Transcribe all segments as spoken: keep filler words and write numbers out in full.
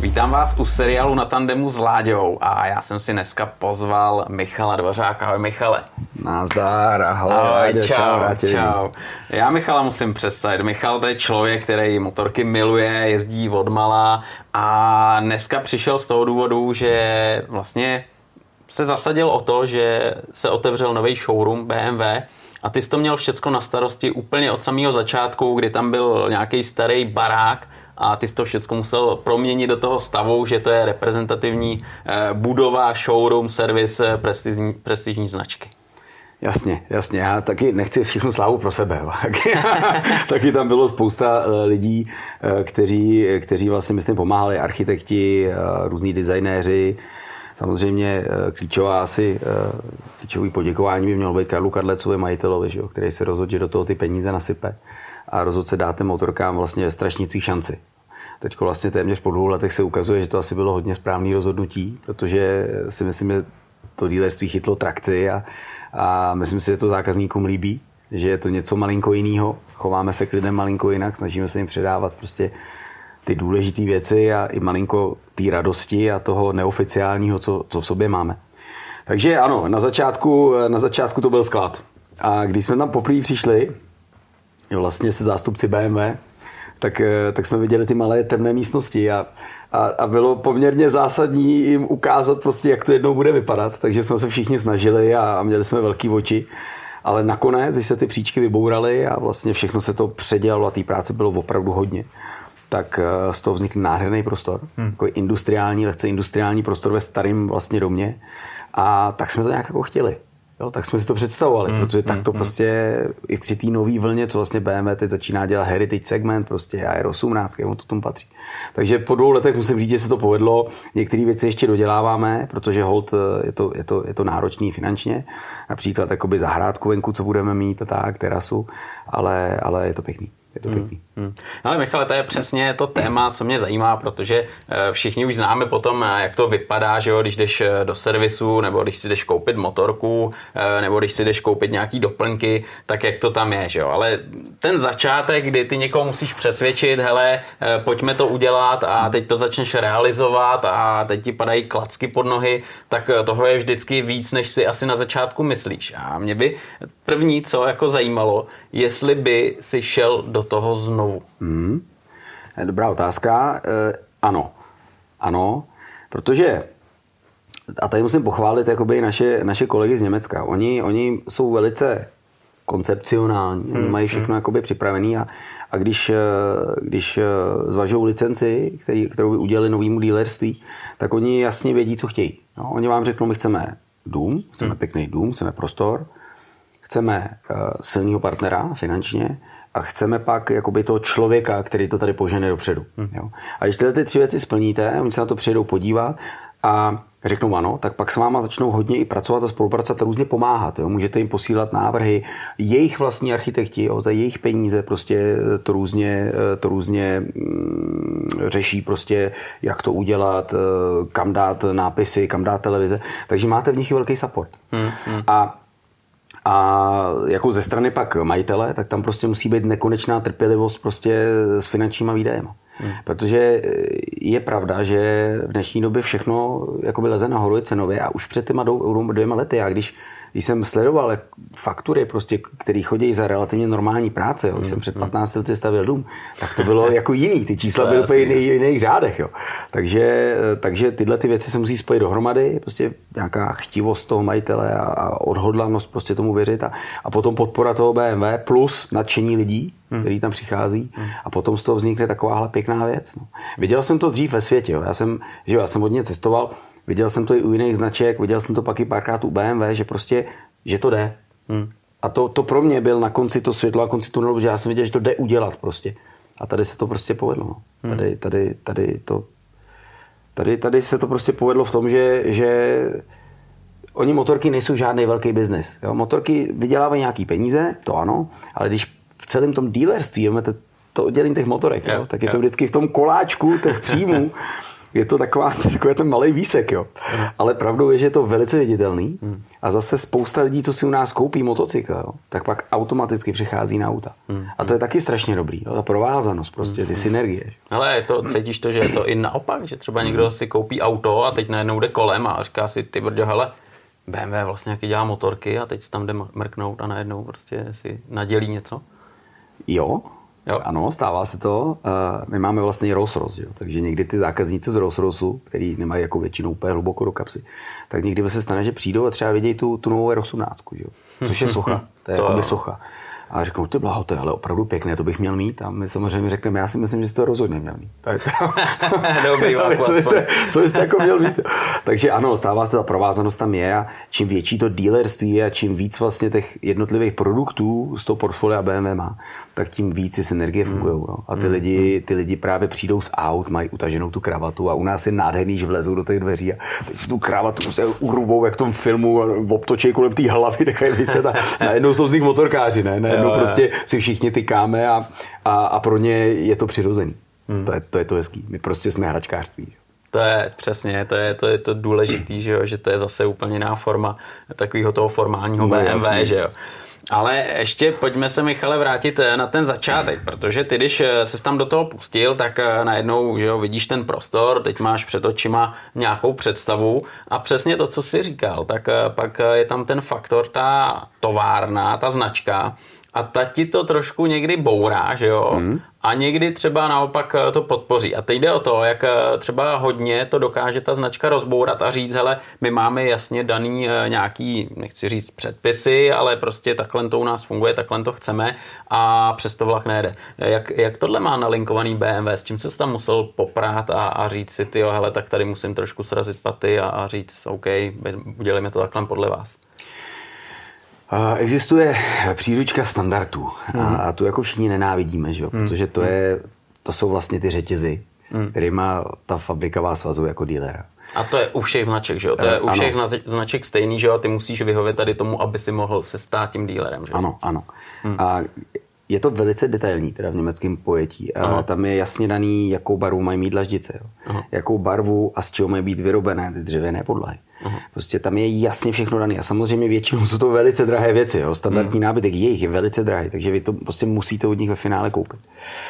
Vítám vás u seriálu Na tandemu s Láďou a já jsem si dneska pozval Michala Dvořáka. Ahoj Michale. Nazdar, ahoj. Ahoj, Láďo, čau, čau, čau. Já Michala musím představit. Michal to je člověk, který motorky miluje, jezdí odmala a dneska přišel z toho důvodu, že vlastně se zasadil o to, že se otevřel nový showroom B M W a ty jsi to měl všecko na starosti úplně od samého začátku, kdy tam byl nějaký starý barák a ty jsi to všecko musel proměnit do toho stavu, že to je reprezentativní budova, showroom, servis prestižní, prestižní značky. Jasně, jasně. Já taky nechci všechnu slávu pro sebe. Taky tam bylo spousta lidí, kteří, kteří vlastně, myslím, pomáhali, architekti, různí designéři. Samozřejmě klíčová asi, klíčový poděkování by mělo být Karlu Kadlecovi, majitelovi, že jo, který se rozhodl, že do toho ty peníze nasype a rozhodl se dát těm motorkám vlastně ve Strašnicích šanci. Teď vlastně téměř po dvou letech se ukazuje, že to asi bylo hodně správné rozhodnutí, protože si myslím, že to dealerství chytlo trakci a, a myslím si, že to zákazníkům líbí, že je to něco malinko jiného. Chováme se k lidem malinko jinak, snažíme se jim předávat prostě ty důležité věci a i malinko té radosti a toho neoficiálního, co, co v sobě máme. Takže ano, na začátku, na začátku to byl sklad. A když jsme tam poprvé přišli, vlastně se zástupci B M W, tak, tak jsme viděli ty malé temné místnosti a, a, a bylo poměrně zásadní jim ukázat prostě, jak to jednou bude vypadat, takže jsme se všichni snažili a, a měli jsme velký oči, ale nakonec, když se ty příčky vybouraly a vlastně všechno se to předělalo a té práce bylo opravdu hodně, tak z toho vznikl nádherný prostor, hmm. jako industriální, lehce industriální prostor ve starém vlastně domě a tak jsme to nějak jako chtěli. Jo, tak jsme si to představovali, mm, protože mm, tak to mm. prostě i při té nový vlně, co vlastně B M W teď začíná dělat heritage segment, prostě A R osmnáct, to tomu patří. Takže po dvou letech musím říct, že se to povedlo. Některé věci ještě doděláváme, protože hold je to, je to, je to náročný finančně. Například jakoby zahrádku venku, co budeme mít a tak, terasu, ale, ale je to pěkný. Je to pěkný. Hmm, hmm. Ale Michale, to je přesně to téma, co mě zajímá, protože všichni už známe potom, jak to vypadá, že jo, když jdeš do servisu, nebo když si jdeš koupit motorku, nebo když si jdeš koupit nějaký doplňky, tak jak to tam je, že jo. Ale ten začátek, kdy ty někoho musíš přesvědčit, hele, pojďme to udělat a teď to začneš realizovat a teď ti padají klacky pod nohy, tak toho je vždycky víc, než si asi na začátku myslíš. A mě by první, co jako zajímalo, jestli by si šel do toho znovu. Hmm. Dobrá otázka. E, ano. Ano, protože a tady musím pochválit jakoby naše, naše kolegy z Německa. Oni, oni jsou velice koncepcionální. Hmm. Oni mají všechno jakoby připravený a, a když, když zvažují licenci, který, kterou by udělali novému dealerství, tak oni jasně vědí, co chtějí. No, oni vám řeknou, my chceme dům, chceme hmm. pěkný dům, chceme prostor, chceme uh, silného partnera finančně a chceme pak jakoby toho člověka, který to tady požene dopředu. Hmm. Jo? A když tyhle ty tři věci splníte, oni se na to přijedou podívat a řeknou ano, tak pak s váma začnou hodně i pracovat a spolupracovat a různě pomáhat. Jo? Můžete jim posílat návrhy, jejich vlastní architekti, jo? Za jejich peníze prostě to různě, to různě mm, řeší prostě, jak to udělat, kam dát nápisy, kam dát televize. Takže máte v nich velký support. Hmm. Hmm. A A jako ze strany pak majitele, tak tam prostě musí být nekonečná trpělivost prostě s finančníma výdajema. Hmm. Protože je pravda, že v dnešní době všechno jakoby leze nahoru je cenově a už před těma dvěma lety, já když, když jsem sledoval faktury, prostě, které chodí za relativně normální práce, jo, když hmm. jsem před patnácti lety stavil dům, tak to bylo jako jiný, ty čísla byly úplně v jiných řádech. Jo. Takže, takže tyhle ty věci se musí spojit dohromady, prostě nějaká chtivost toho majitele a, a odhodlanost prostě tomu věřit a, a potom podpora toho B M W plus nadšení lidí, hmm. který tam přichází hmm. a potom z toho vznikne takováhle pěkná věc. No. Viděl jsem to dřív ve světě, jo. Já jsem, že jo, já jsem hodně cestoval, viděl jsem to i u jiných značek, viděl jsem to pak i párkrát u B M W, že prostě, že to jde. Hmm. A to, to pro mě byl na konci to světlo, na konci tunelu, že já jsem viděl, že to jde udělat prostě. A tady se to prostě povedlo. No. Hmm. Tady, tady, tady, to, tady, tady se to prostě povedlo v tom, že, že oni motorky nejsou žádný velký biznis. Jo? Motorky vydělávají nějaký peníze, to ano, ale když v celém tom dealerství máte to oddělení těch motorek, jo, jo, tak je to vždycky v tom koláčku těch příjmů, je to taková, takový ten malej výsek, jo. Mm. Ale pravdou je, že je to velice viditelný mm. a zase spousta lidí, co si u nás koupí motocykl, jo, tak pak automaticky přechází na auta. Mm. A to je taky strašně dobrý, jo, ta provázanost, prostě ty synergie. Ale je to, cítíš to, že je to i naopak, že třeba někdo si koupí auto a teď najednou jde kolem a říká si, ty brďo, hele, bé em vé vlastně jaký dělá motorky a teď si tam jde mrknout a najednou prostě si nadělí něco? Jo, jo. Ano, stává se to. My máme vlastně Rolls-Royce, jo, takže někdy ty zákazníci z Rolls-Royceu, který nemají jako většinou úplně hluboko do kapsy, tak někdy se stane, že přijdou a třeba vidějí tu, tu novou R osmnáct, jo, což je socha, to je to jakoby socha. A řeknou, ty blaho, to je ale opravdu pěkné, to bych měl mít. A my samozřejmě řekneme, já si myslím, že jsi to rozhodně měl mít. Dobrý, co, byste, co byste jako měl mít? Takže ano, stává se, ta provázanost tam je a čím větší to dealerství je a čím víc vlastně těch jednotlivých produktů z toho portfolia bé em vé má, tak tím víc si synergie fungují. No. A ty, mm. lidi, ty lidi právě přijdou z aut, mají utaženou tu kravatu a u nás je nádherný, že vlezou do těch dveří a teď si tu kravatu prostě urvou, jak v tom filmu, obtočí kolem té hlavy, nechají vyset a najednou jsou z nich motorkáři, ne? Najednou jo, prostě si všichni tykáme a, a, a pro ně je to přirozený. Mm. To, je, to je to hezký. My prostě jsme hračkářství. To je přesně, to je to, je to důležitý, že jo, že to je zase úplně jiná forma takového toho formálního no, bé em vé, jasný. Že jo. Ale ještě pojďme se, Michale, vrátit na ten začátek, protože ty, když ses tam do toho pustil, tak najednou, že jo, vidíš ten prostor, teď máš před očima nějakou představu a přesně to, co jsi říkal, tak pak je tam ten faktor, ta továrna, ta značka a ta ti to trošku někdy bourá, že jo, hmm. a někdy třeba naopak to podpoří. A teď jde o to, jak třeba hodně to dokáže ta značka rozbourat a říct, hele, my máme jasně daný nějaký, nechci říct předpisy, ale prostě takhle to u nás funguje, takhle to chceme a přes to vlak nejde. Jak, jak tohle má nalinkovaný bé em vé, s čím se tam musel poprát a, a říct si, tyjo, hele, tak tady musím trošku srazit paty a, a říct, OK, udělejme to takhle podle vás. Existuje příručka standardů mm. a tu jako všichni nenávidíme, že jo? Mm. Protože to, je, to jsou vlastně ty řetězy, mm. kterýma ta fabrika vás svazuje jako dealera. A to je u všech značek, že jo? To je u všech ano. značek stejný, že jo? Ty musíš vyhovět tady tomu, aby si mohl se stát tím dealerem, že jo? Ano, ano. Mm. A je to velice detailní, teda v německém pojetí. A tam je jasně daný, jakou barvu mají mít dlaždice, jo? Aha. Jakou barvu a z čeho mají být vyrobené ty dřevěné podlahy. Aha. Prostě tam je jasně všechno dané a samozřejmě většinou jsou to velice drahé věci, jo? Standardní hmm. nábytek jejich je velice drahý, takže vy to prostě musíte od nich ve finále koupit.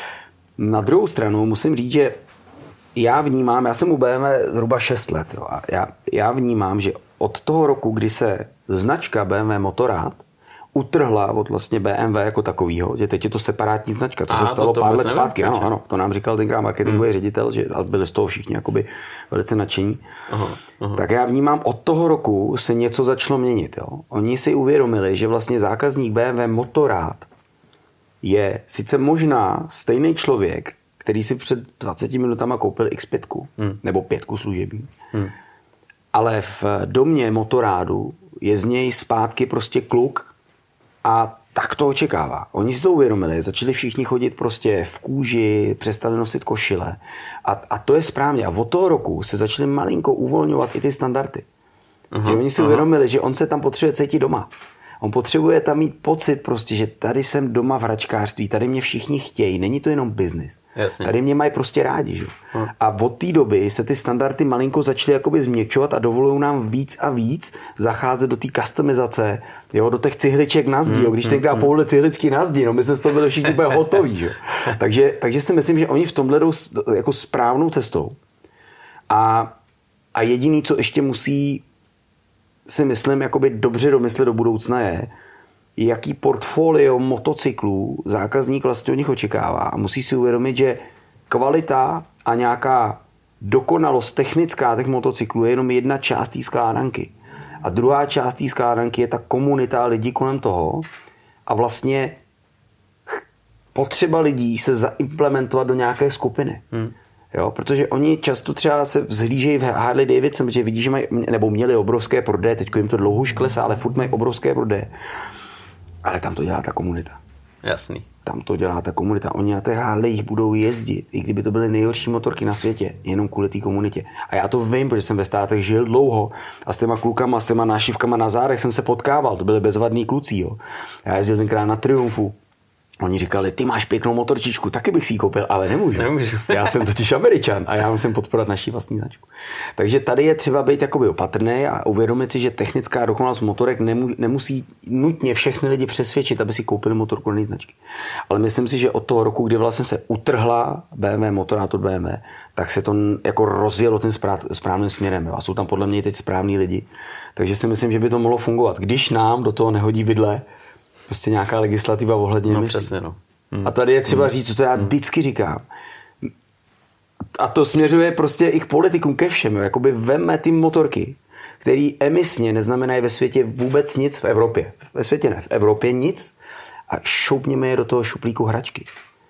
Na druhou stranu musím říct, že já vnímám, já jsem u bé em vé zhruba šest let, jo? A já, já vnímám, že od toho roku, kdy se značka bé em vé Motorrad utrhla od vlastně bé em vé jako takovýho, že teď je to separátní značka, to Aha, se stalo to pár let zpátky, ano, ano, to nám říkal tenkrát marketingový hmm. ředitel, že byli z toho všichni jakoby velice nadšení. Aha, aha. Tak já vnímám, od toho roku se něco začalo měnit. Jo. Oni si uvědomili, že vlastně zákazník bé em vé Motorrad je sice možná stejný člověk, který si před dvaceti minutama koupil iks pět hmm. nebo pětku služební, hmm. ale v domě Motorradu je z něj zpátky prostě kluk, a tak to očekává. Oni si to uvědomili, začali všichni chodit prostě v kůži, přestali nosit košile. A, a to je správně. A od toho roku se začaly malinko uvolňovat i ty standardy. Aha, že oni si aha. uvědomili, že on se tam potřebuje cítit doma. On potřebuje tam mít pocit prostě, že tady jsem doma v hračkářství, tady mě všichni chtějí, není to jenom biznis. Jasně. Tady mě mají prostě rádi. Že? A od té doby se ty standardy malinko začaly jakoby změkčovat a dovolují nám víc a víc zacházet do té customizace, jo, do těch cihliček na zdi. Mm, Když mm, tenkrát mm. pouhle cihličky na zdi, no my jsme z toho byli všichni úplně hotoví. Že? takže, takže si myslím, že oni v tomhle jdou jako správnou cestou. A, a jediný, co ještě musí si myslím, jakoby dobře domyslet do budoucna je, jaký portfolio motocyklů zákazník vlastně od nich očekává. A musí si uvědomit, že kvalita a nějaká dokonalost technická těch motocyklů je jenom jedna část té skládanky. A druhá část té skládanky je ta komunita lidí kolem toho a vlastně potřeba lidí se zaimplementovat do nějaké skupiny. Hmm. Jo, protože oni často třeba se vzhlížejí v Harley Davidson, protože vidí, že mají, nebo měli obrovské prodeje, teď jim to dlouho už klesá, ale furt mají obrovské prodeje. Ale tam to dělá ta komunita. Jasný. Tam to dělá ta komunita. Oni na té Harleyích budou jezdit, i kdyby to byly nejhorší motorky na světě, jenom kvůli té komunitě. A já to vím, protože jsem ve státech žil dlouho a s těma klukama, s těma nášivkama na zádech jsem se potkával, to byly bezvadný kluci. Jo. Já jezdil tenkrát na Triumfu Oni říkali, ty máš pěknou motorčičku, taky bych si ji koupil, ale nemůžu. Nemůžu. Já jsem totiž Američan a já musím podporovat naší vlastní značku. Takže tady je třeba být jakoby opatrný a uvědomit si, že technická dokonalost motorek nemu, nemusí nutně všechny lidi přesvědčit, aby si koupili motorku dané značky. Ale myslím si, že od toho roku, kdy vlastně se utrhla bé em vé, motorátor bé em vé, tak se to jako rozjelo tím správným směrem. Jo. A jsou tam podle mě teď správní lidi. Takže si myslím, že by to mohlo fungovat. Když nám do toho nehodí vidle, prostě nějaká legislativa ohledně no, emisí. Přesně, no. Hmm. A tady je třeba hmm. říct, co to já vždycky říkám. A to směřuje prostě i k politikům, ke všem. Jo. Jakoby vemme ty motorky, který emisně neznamenají ve světě vůbec nic v Evropě. Ve světě ne, v Evropě nic. A šoupněme je do toho šuplíku hračky.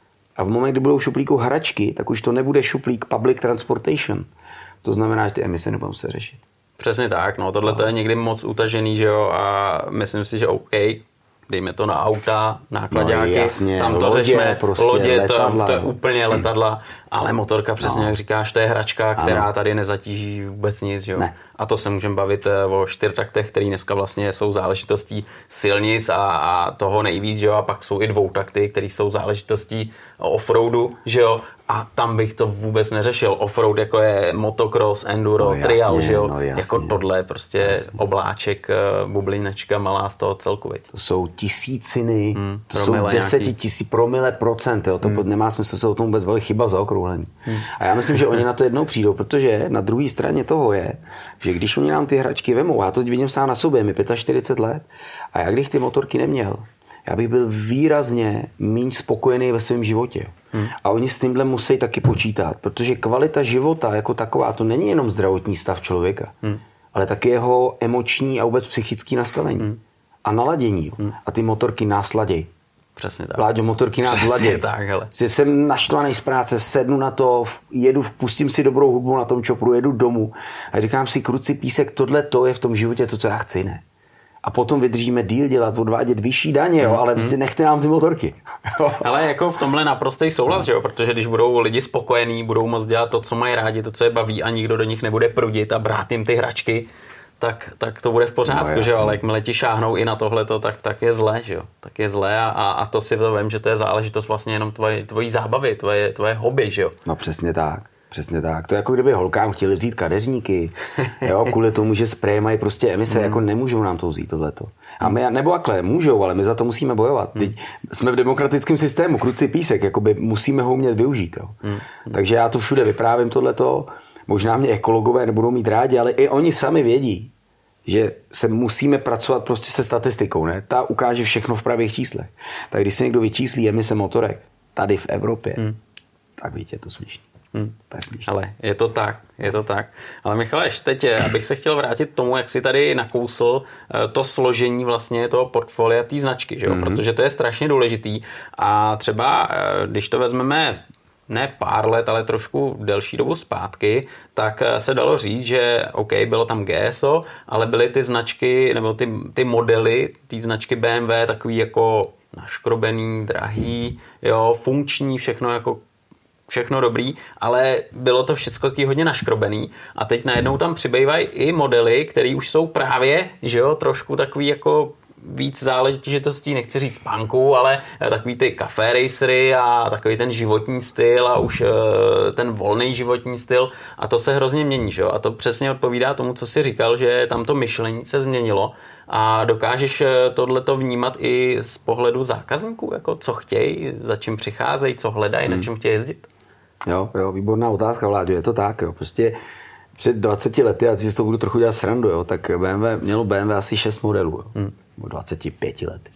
A v momentu, kdy budou šuplíku hračky, tak už to nebude šuplík public transportation. To znamená, že ty emise nebudou se řešit. Přesně tak, no tohle to je někdy moc utažený, že jo, a myslím si, že OK, dejme to na auta, nákladáky, no, jasně, tam to lodě, řešíme, prostě, lodě, letadla. To, to je úplně letadla, ale motorka, přesně no. jak říkáš, to je hračka, která ano. tady nezatíží vůbec nic, jo. Ne. A to se můžeme bavit o čtyřtaktech, který dneska vlastně jsou záležitostí silnic a, a toho nejvíc, že jo, a pak jsou i dvoutakty, které jsou záležitostí offroadu, že jo, a tam bych to vůbec neřešil. Offroad jako je motocross, enduro, no, jasně, trial, že jo, no, jako tohle prostě jasně. Obláček, bublinačka malá z toho celku, veď. To jsou tisíciny, hmm, to jsou desetitisíc promile procent, jo, to hmm. nemá smysl se o tom vůbec bavit, chyba zaokrouhlení. Hmm. A já myslím, že oni na to jednou přijdou, protože na druhé straně toho je, že když oni nám ty hračky vemou, já to vidím sám na sobě, mi čtyřicet pět let, a já když ty motorky neměl, já bych byl výrazně méně spokojený ve svém životě. Hmm. A oni s tímhle musí taky počítat, protože kvalita života jako taková, to není jenom zdravotní stav člověka, hmm. ale taky jeho emoční a vůbec psychický nastavení. Hmm. A naladění. Hmm. A ty motorky nás laděj. Přesně tak. Láďo, motorky nás Přesně laděj. tak, hele. Jsem naštvaný z práce, sednu na to, jedu, pustím si dobrou hudbu na tom čopru, jedu domů a říkám si, kruci písek, tohle to je v tom životě to, co já chci, ne? A potom vydržíme díl dělat, odvádět vyšší daně, jo, ale prostě nechte nám ty motorky. Ale jako v tomhle naprostý souhlas, že jo, protože když budou lidi spokojení, budou moct dělat to, co mají rádi, to, co je baví a nikdo do nich nebude prudit a brát jim ty hračky, tak, tak to bude v pořádku, no, že jo, ale jakmile ti šáhnou i na tohleto, tak, tak je zlé, že jo, tak je zlé a, a to si to vím, že to je záležitost vlastně jenom tvoje, tvojí zábavy, tvoje, tvoje hobby, že jo. No přesně tak. Přesně tak. To je jako kdyby holkám chtěli vzít kadeřníky, jo, kvůli tomu, že spreje mají prostě emise, mm. jako nemůžou nám to vzít tohleto. A my, nebo akle, můžou, ale my za to musíme bojovat. Mm. Teď jsme v demokratickém systému, kruci písek, jakoby musíme ho umět využít, jo. Mm. Takže já to všude vyprávím tohleto, možná mě ekologové nebudou mít rádi, ale i oni sami vědí, že se musíme pracovat prostě se statistikou, ne? Ta ukáže všechno v pravých číslech. Tak když se někdo vyčíslí emise motorek tady v Evropě, mm. tak víte, je to směšný. Hmm. Ale je to tak, je to tak. Ale Michale, ještě teď, abych se chtěl vrátit k tomu, jak jsi tady nakousl to složení vlastně toho portfolia té značky, že jo? Mm-hmm. Protože to je strašně důležitý a třeba, když to vezmeme ne pár let, ale trošku delší dobu zpátky, tak se dalo říct, že OK, bylo tam G S O, ale byly ty značky, nebo ty, ty modely, ty značky B M W takový jako naškrobený, drahý, jo, funkční, všechno jako všechno dobrý, ale bylo to všechno hodně naškrobený a teď najednou tam přibývají i modely, které už jsou právě, že jo, trošku takový jako víc záležitostí, nechci říct punku, ale takový ty café racery a takový ten životní styl a už ten volný životní styl a to se hrozně mění, že jo, a to přesně odpovídá tomu, co jsi říkal, že tam to myšlení se změnilo a dokážeš tohleto vnímat i z pohledu zákazníků, jako co chtějí, za čím přicházejí, co hledají, hmm. na čem chtějí jezdit. Jo, jo, výborná otázka, Vláďo, je to tak, jo, prostě před dvaceti lety, a teď si to budu trochu dělat srandu, jo, tak bé em vé, mělo bé em vé asi šest modelů, jo, hmm. dvacet pět lety.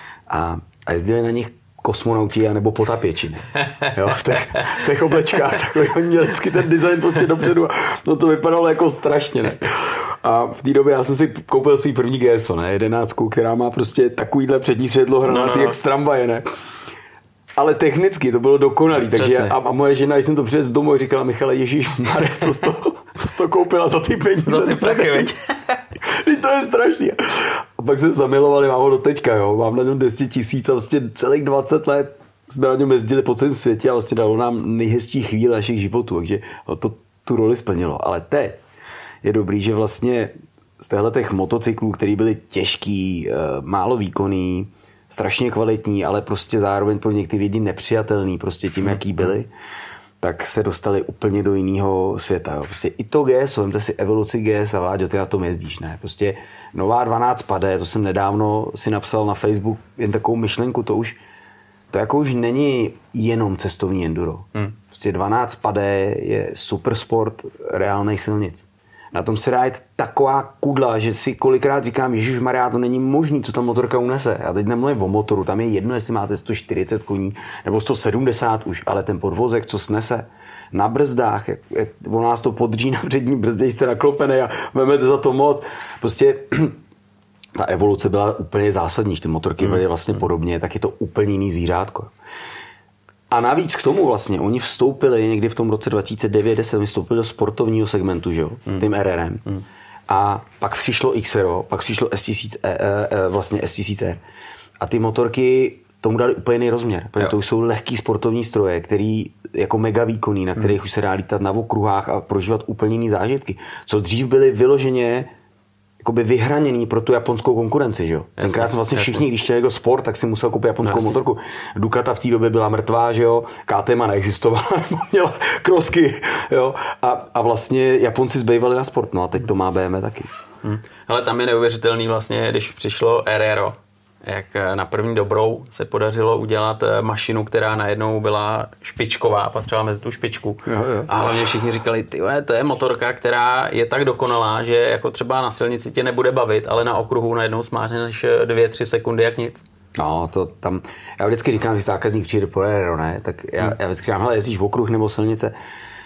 A, a jezdili na nich kosmonauti nebo potapěči, ne? Jo, v těch, v těch oblečkách, takový, oni měli vždycky ten design prostě dopředu a no to vypadalo jako strašně, ne? A v té době já jsem si koupil svůj první G S O, ne, jedenáctku, která má prostě takovýhle přední světlo hranatý, no, no. jak z tramvaje, ne? Ale technicky to bylo dokonalý, takže a, a moje žena, když jsem to přivez z domu, říkala Michale, ježišmarja, co jsi to, co jsi to koupila za ty peníze? Za ty prachy, veď. To je strašný. A pak se zamilovali, mám ho do teďka, jo. Mám na něm deset tisíc a vlastně celých dvacet let jsme na něm jezdili po celém světě a vlastně dalo nám nejhezčí chvíle našich životů, takže to tu roli splnilo. Ale teď je dobrý, že vlastně z těchto těch motocyklů, který byly těžký, málo výkonný, strašně kvalitní, ale prostě zároveň pro některé lidi nepřijatelný, prostě tím, jaký byli, tak se dostali úplně do jiného světa. Jo. Prostě i to G S O, vemte si evoluci G S a Vláďo, ty na tom jezdíš, ne? Prostě nová dvanáct pade, to jsem nedávno si napsal na Facebook jen takovou myšlenku, to už to jako už není jenom cestovní enduro. Hmm. Prostě dvanáct pade je super sport reálných silnic. Na tom se dá jít taková kudla, že si kolikrát říkám, ježišmarja, to není možný, co ta motorka unese. Já teď nemluvím o motoru, tam je jedno, jestli máte sto čtyřicet koní nebo sto sedmdesát už, ale ten podvozek, co snese na brzdách, jak, jak on nás to podří na přední brzdě, jste naklopený a vemete za to moc. Prostě ta evoluce byla úplně zásadní, když ty motorky byly vlastně podobně, tak je to úplně jiný zvířátko. A navíc k tomu vlastně, oni vstoupili někdy v tom roce dva tisíce devět deset, oni vstoupili do sportovního segmentu, že jo, hmm. tím R R M. Hmm. A pak přišlo X R O, pak přišlo S tisíc, e, e, vlastně S tisíc R. A ty motorky tomu dali úplně jiný rozměr, protože jo. to už jsou lehký sportovní stroje, který jako mega výkonný, na kterých hmm. už se dá lítat na okruhách a prožívat úplně jiný zážitky. Co dřív byly vyloženě jakoby vyhraněný pro tu japonskou konkurenci, že jo. Tenkrát jsme vlastně všichni, když chtěl někdo sport, tak si musel koupit japonskou jasně. motorku. Ducata v té době byla mrtvá, že jo. K T M neexistovala, měla krosky, jo. A, a vlastně Japonci zbývali na sport, no a teď to má B M W taky. Hmm. Ale tam je neuvěřitelný vlastně, když přišlo R R O, jak na první dobrou se podařilo udělat mašinu, která najednou byla špičková, patřila mezi tu špičku. Jo, jo. A hlavně všichni říkali, tyhle, to je motorka, která je tak dokonalá, že jako třeba na silnici tě nebude bavit, ale na okruhu najednou smářneš dvě, tři sekundy jak nic. No, to tam, já vždycky říkám, že zákazník přijde po R R O, ne, tak já, hmm. já vždycky říkám, hele, jezdíš v okruh nebo silnice.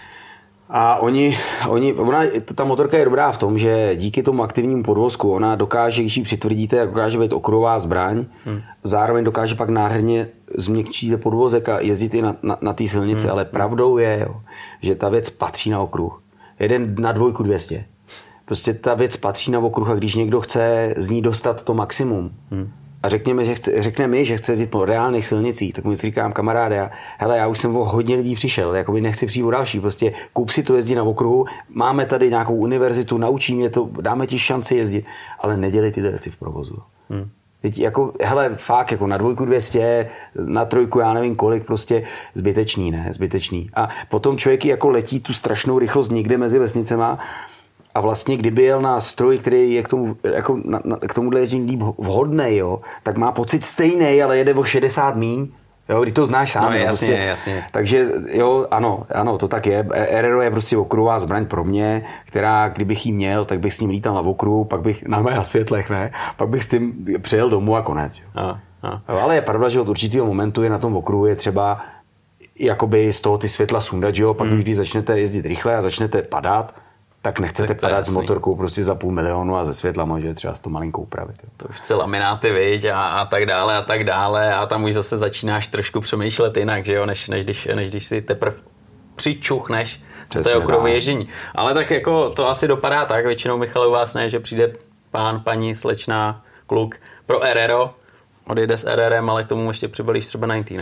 A oni, oni, ona, ta motorka je dobrá v tom, že díky tomu aktivnímu podvozku ona dokáže, když ji přitvrdíte, dokáže být okruhová zbraň, hmm. zároveň dokáže pak nádherně změkčit podvozek a jezdit i na, na, na té silnici, hmm. ale pravdou je, jo, že ta věc patří na okruh. Jeden na dvojku dvě stě. Prostě ta věc patří na okruh a když někdo chce z ní dostat to maximum, hmm. a řekněme, že chce, řekne mi, že chce jezdit po reálných silnicích, tak mu říkám, kamaráde, já, hele, já už jsem o hodně lidí přišel, jakoby nechci přijít o další, prostě kup si to jezdí na okruhu, máme tady nějakou univerzitu, naučí mě to, dáme ti šanci jezdit, ale nedělej tyhle věci v provozu. Hmm. Teď jako, hele, fakt, jako na dvojku dvě stě, na trojku, já nevím kolik, prostě zbytečný, ne, zbytečný. A potom člověk jako letí tu strašnou rychlost někde mezi vesnicema. A vlastně, kdyby jel na stroj, který je k tomu, jako na, na, k tomuhle ježdění líp vhodnej, jo, tak má pocit stejný, ale jede o šedesát míň, jo, když to znáš sám. No, jasně, prostě. jasně. Takže jo, ano, ano, to tak je. R R O je prostě okruhová zbraň pro mě, která, kdybych jí měl, tak bych s ním lítal na okruhu, pak bych, na mé světlech, ne, pak bych s tím přijel domů a konec. Jo. A, a. Jo, ale je pravda, že od určitého momentu je na tom okruhu je třeba jakoby z toho ty světla sundat, že jo, pak hmm. když začnete jezdit rychle a začnete padat, tak nechcete tak padat s motorkou prostě za půl milionu a ze světla že třeba s to malinkou upravit. Jo. To už chce lamináty, viď, a, a tak dále a tak dále a tam už zase začínáš trošku přemýšlet jinak, že jo, než, než, když, než když si teprve přičuchneš z té okruhové ježdění. Ale tak jako to asi dopadá tak, většinou Michal u vás ne, že přijde pán, paní, slečna, kluk pro R R O, odjede s R R M, ale k tomu ještě přibalíš třeba devatenáct.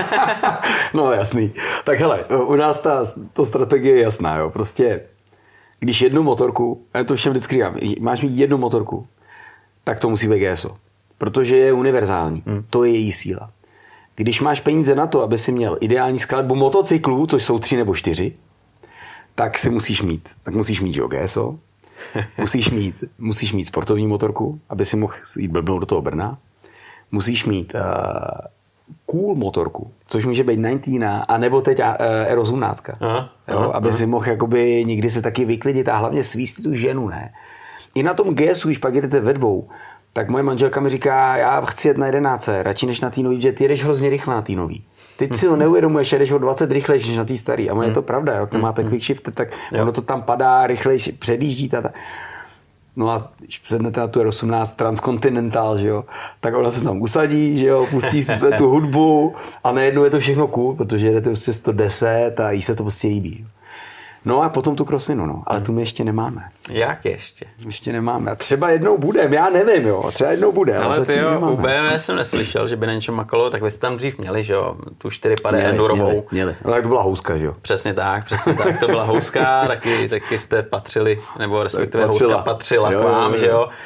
No jasný. Tak hele, u nás ta to strategie je jasná, jo, prostě když jednu motorku, já to všem vždycky říkám, máš mít jednu motorku, tak to musí být G S O. Protože je univerzální. Hmm. To je její síla. Když máš peníze na to, aby si měl ideální skladbu motocyklů, což jsou tři nebo čtyři, tak si musíš mít. Tak musíš mít, jo, G S O. Musíš mít, musíš mít sportovní motorku, aby si mohl jít blbnout do toho Brna. Musíš mít uh, cool motorku, což může být devatenáct, a nebo teď uh, R osmnáct. Aha, jo, aha, aby aha. si mohl jakoby někdy se taky vyklidit a hlavně svíst tu ženu, ne? I na tom G S U, když pak jedete ve dvou, tak moje manželka mi říká, já chci jet na jedenáct, radši než na tý nový, že ty jedeš hrozně rychle na tý nový. Teď si ho neuvědomuješ, jedeš o dvacet rychlejší než na tý starý. A ono je to pravda, jo? Když máte quick shift, tak jo. ono to tam padá rychlejší, předjíždí ta. No a když sednete na tu R osmnáct Transcontinental, že jo, tak ona se tam usadí, že jo, pustí si tu hudbu a najednou je to všechno cool, protože jedete prostě sto deset a jí se to prostě líbí. No a potom tu krosinu, no, ale tu my ještě nemáme. Jak ještě? Ještě nemáme. A třeba jednou budeme, já nevím, jo, třeba jednou bude. Ale, ale ty jo, u B M W jsem neslyšel, že by na něčem makalo, tak vy jste tam dřív měli, že jo, tu čtyři pade endurovou. Měli, měli. No tak to byla houska, že jo. Přesně tak, přesně tak, to byla houska, taky, taky jste patřili, nebo respektive houska patřila k vám, jo, jo, jo. že jo.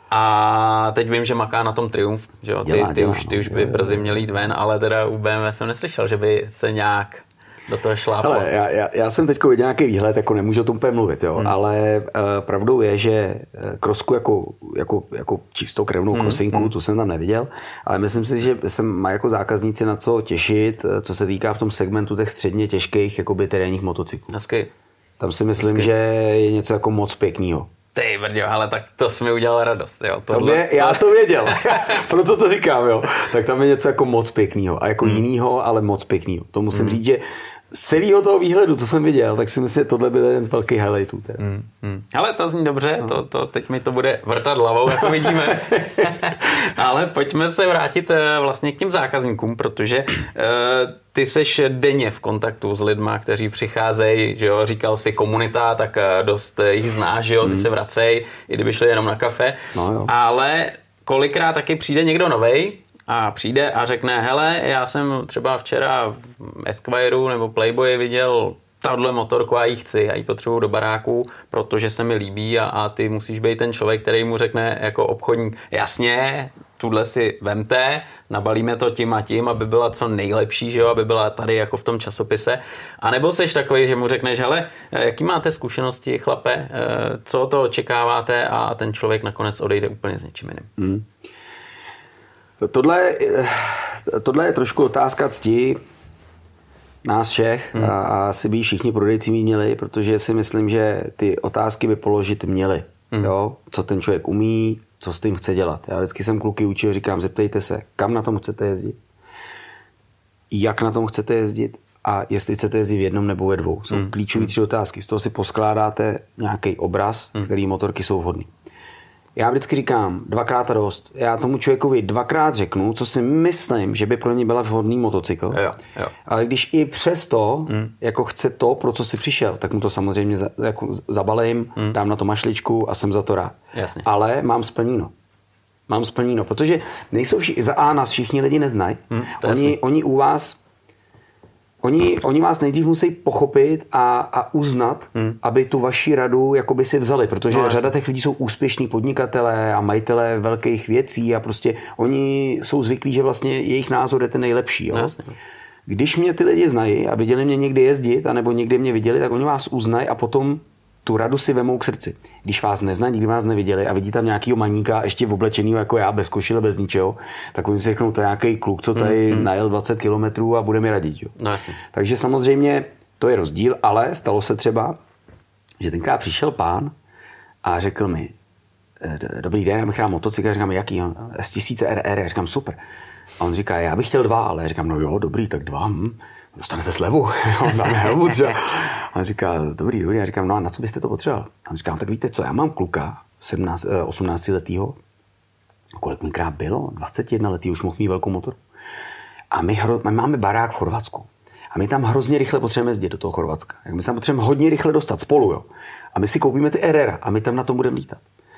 A teď vím, že maká na tom Triumph, že jo? Ty, Dělá, ty, dělá, už, ty no, už by je, brzy měli jít ven, ale teda u B M W jsem neslyšel, že by se nějak do toho šláplo. Hele, já, já, já jsem teď viděl nějaký výhled, jako nemůžu o tom úplně mluvit, jo? Hmm. ale uh, pravdou je, že krosku jako, jako, jako čistou krevnou hmm. krosinku, hmm. tu jsem tam neviděl, ale myslím si, že jsem má jako zákazníci na co těšit, co se týká v tom segmentu těch středně těžkých jakoby terénních motocyklů. Hezky. Tam si myslím, Hezky. že je něco jako moc pěknýho. Ty brďo, ale tak to jsi mi udělal radost, jo. Tohle, Tobě, já to věděl, proto to říkám, jo. Tak tam je něco jako moc pěknýho a jako hmm. jinýho, ale moc pěknýho. To musím hmm. říct, že z celého toho výhledu, co jsem viděl, tak si myslím, že tohle byl jeden z velkých highlightů. Hmm. Hmm. Ale to zní dobře, no. to, to teď mi to bude vrtat hlavou, jako vidíme. Ale pojďme se vrátit vlastně k těm zákazníkům, protože uh, ty seš denně v kontaktu s lidma, kteří přicházejí, že jo, říkal si komunita, tak dost jich znáš, že jo, ty hmm. se vracej, i kdyby šli jenom na kafe, no, jo. Ale kolikrát taky přijde někdo novej, a přijde a řekne, hele, já jsem třeba včera v Esquireu nebo Playboyi viděl tahle motorku a ji chci, já ji potřebuji do baráku, protože se mi líbí a, a ty musíš být ten člověk, který mu řekne jako obchodník, jasně, tuhle si vemte, nabalíme to tím a tím, aby byla co nejlepší, že jo, aby byla tady jako v tom časopise. A nebo seš takový, že mu řekneš, hele, jaký máte zkušenosti, chlape, co to očekáváte a ten člověk nakonec odejde úplně s něčím jiným. Hmm. Tohle, tohle je trošku otázka cti nás všech hmm. a asi by všichni prodejci měli, protože si myslím, že ty otázky by položit měli. Hmm. Jo? Co ten člověk umí, co s tím chce dělat. Já vždycky jsem kluky učil, říkám, zeptejte se, kam na tom chcete jezdit, jak na tom chcete jezdit a jestli chcete jezdit v jednom nebo ve dvou. Jsou hmm. klíčové tři otázky. Z toho si poskládáte nějaký obraz, hmm. který motorky jsou vhodný. Já vždycky říkám dvakrát a dost. Já tomu člověkovi dvakrát řeknu, co si myslím, že by pro ně byla vhodný motocykl. Jo, jo. Ale když i přesto hmm. jako chce to, pro co si přišel, tak mu to samozřejmě za, jako zabalím, hmm. dám na to mašličku a jsem za to rád. Jasně. Ale mám splníno. Mám splníno, protože nejsou všichni, za A nás všichni lidi neznají. Hmm, oni, oni u vás Oni, oni vás nejdřív musí pochopit a, a uznat, hmm. aby tu vaši radu jakoby si vzali, protože no, řada těch lidí jsou úspěšní podnikatelé a majitelé velkých věcí a prostě oni jsou zvyklí, že vlastně jejich názor je ten nejlepší. Jo? No, když mě ty lidi znají a viděli mě někdy jezdit, anebo někdy mě viděli, tak oni vás uznají a potom tu radu si vemou k srdci. Když vás neznají, nikdy vás neviděli a vidí tam nějakýho maníka, ještě v oblečenýho jako já, bez košile, bez ničeho, tak oni si řeknou, to je nějaký kluk, co tady mm, mm. najel dvacet kilometrů a bude mi radit. Jo. No, takže samozřejmě to je rozdíl, ale stalo se třeba, že tenkrát přišel pán a řekl mi, dobrý den, já bych chtěl motocykl, já říkám, jaký? S tisíc R R, já říkám, super. A on říká, já bych chtěl dva, ale já říkám, no jo, dobrý, tak dva, hm. Dostanete slevu, dáme helmu třeba. A on říká, dobrý, dobrý. Já říkám, no a na co byste to potřeboval? A on říká, tak víte co, já mám kluka, sedmnáct, osmnáctiletýho, kolik mi krát bylo, dvacet jedna letý, už mohl mít velkou motor. A my, hro, my máme barák v Chorvatsku. A my tam hrozně rychle potřebujeme jezdit do toho Chorvatska. My se tam potřebujeme hodně rychle dostat spolu, jo. A my si koupíme ty R R a my tam na tom budeme lítat.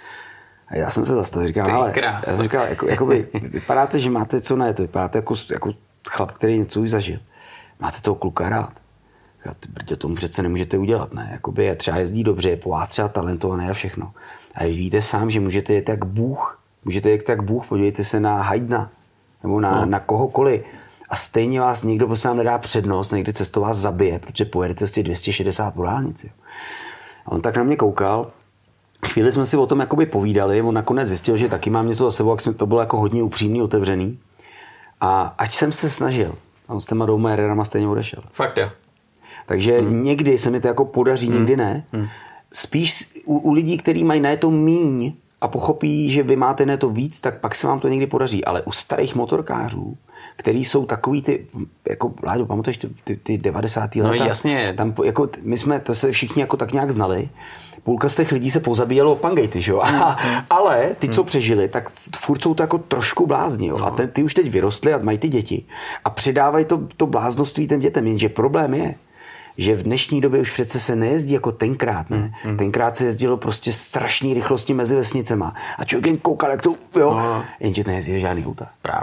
A já jsem se zastavil, říkám, ale já jsem říkal, jako, jakoby, vypadáte, že máte co ne, to vypadáte jako, jako chlap, který něco už zažil. Máte toho kluka rád. Protože tomu přece nemůžete udělat, ne? Jakoby je třeba jezdí dobře, je po vás třeba talentované a všechno. A víte sám, že můžete jet jak Bůh, můžete jet jak Bůh, podívejte se na Haydna, nebo na, no. na kohokoliv. A stejně vás někdo prostě vám nedá přednost, někdy cesto vás zabije, protože pojedete z těch dvě stě šedesát po dálnici. A on tak na mě koukal, chvíli jsme si o tom jakoby povídali, on nakonec zjistil, že taky mám něco za sebou, jak jsme, to bylo jako hodně upřímný, otevřený. A ať jsem se snažil, a on s těma dvouma R R stejně odešel. Fakt jo. Takže hmm. někdy se mi to jako podaří, hmm. někdy ne. Hmm. Spíš u, u lidí, kteří mají ne to míň a pochopí, že vy máte ne to víc, tak pak se vám to někdy podaří. Ale u starých motorkářů, který jsou takový ty, jako, Láďo, pamatuješ ty, ty, ty devadesátá léta? No jasně. Tam, jako, my jsme to se všichni jako tak nějak znali. Půlka z těch lidí se pozabíjelo pangejty, že jo? Hmm. Ale ty, co přežili, tak furt jsou to jako trošku blázni, jo? No. A ten, ty už teď vyrostli a mají ty děti a přidávají to, to bláznoství těm dětem, jenže problém je, že v dnešní době už přece se nejezdí jako tenkrát, ne? Hmm. Tenkrát se jezdilo prostě strašný rychlosti mezi vesnicema a člověk jen koukal, jak to, jo? No. Jenže nejezdí žádný auta. Právě.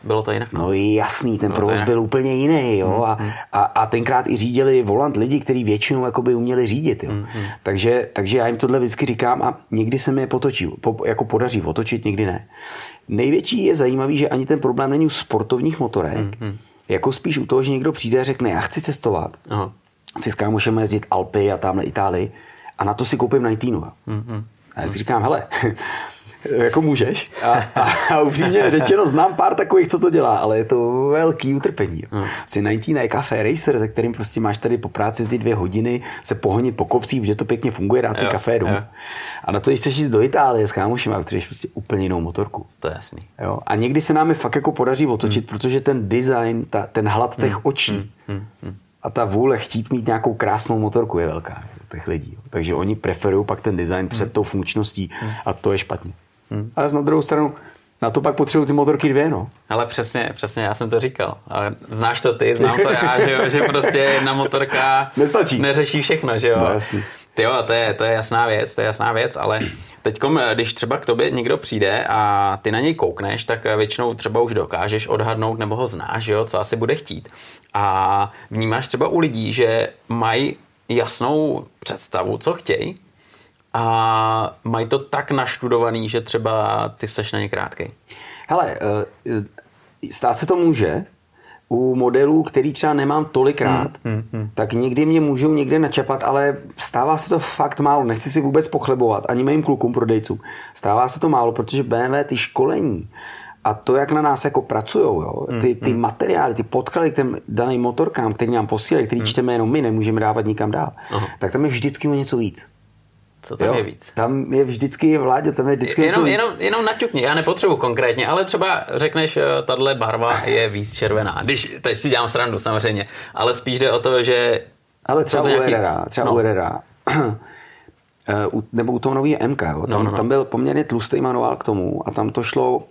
bylo to jinak. No jasný, ten provoz byl úplně jiný, jo, hmm, a, hmm. A, a tenkrát i řídili volant lidi, kteří většinou jakoby uměli řídit, jo. Hmm, hmm. Takže, takže já jim tohle vždycky říkám a někdy se mi je potočí, po, jako podaří otočit, někdy ne. Největší je zajímavý, že ani ten problém není u sportovních motorek, hmm, hmm. jako spíš u toho, že někdo přijde a řekne, já chci cestovat, Aha. chci s kámošem jezdit Alpy a tamhle Itálii a na to si koupím Nineteenu. Hmm, hmm. A já si říkám, hele, jako můžeš. A, a, a upřímně řečeno, znám pár takových, co to dělá, ale je to velký utrpení. Hmm. Vlastně Nineteen je café racer, se kterým prostě máš tady po práci zdy dvě hodiny, se pohonit po kopcích, protože to pěkně funguje, dát si kafé domů. A na to, když chceš jít do Itálie s kámošem, a chceš prostě úplně jinou motorku. To je jasný. Jo? A někdy se nám je fakt jako podaří otočit, hmm. protože ten design, ta, ten hlad těch hmm. očí hmm. Hmm. a ta vůle chtít mít nějakou krásnou motorku je velká těch lidí. Takže oni preferují pak ten design před hmm. tou funkčností hmm. a to je špatně. Hmm. Ale na druhou stranu, na to pak potřebují ty motorky dvě, no. Ale přesně, přesně, já jsem to říkal. Ale znáš to ty, znám to já, že, jo, že prostě jedna motorka nestačí. Neřeší všechno, že jo. No, jasný. Tyjo, to je, to je jasná věc, to je jasná věc, ale teďkom, když třeba k tobě někdo přijde a ty na něj koukneš, tak většinou třeba už dokážeš odhadnout nebo ho znáš, jo, co asi bude chtít. A vnímáš třeba u lidí, že mají jasnou představu, co chtějí, a mají to tak naštudovaný, že třeba ty seš na ně krátkej. Hele, stát se to může. U modelů, který třeba nemám tolikrát, hmm, hmm, hmm. tak někdy mě můžou někde načapat, ale stává se to fakt málo. Nechci si vůbec pochlebovat, ani mým klukům, prodejcům. Stává se to málo, protože bé em vé ty školení a to, jak na nás jako pracujou, jo, ty, ty hmm, materiály, ty podklady k těm daným motorkám, který nám posílají, který hmm. čteme jenom my, nemůžeme dávat nikam dál, Aha. tak tam je vždycky o něco víc. Co tam jo, je víc? Tam je vždycky, Vláďo, tam je vždycky jenom, něco jenom, jenom naťukni, já nepotřebuji konkrétně, ale třeba řekneš, tahle barva je víc červená. Když, teď si dělám srandu samozřejmě, ale spíš jde o to, že... Ale třeba u nějaký... R R A, třeba no. u R R A, nebo u toho nového M K, jo, tam, no, no, no. tam byl poměrně tlustý manuál k tomu a tam to šlo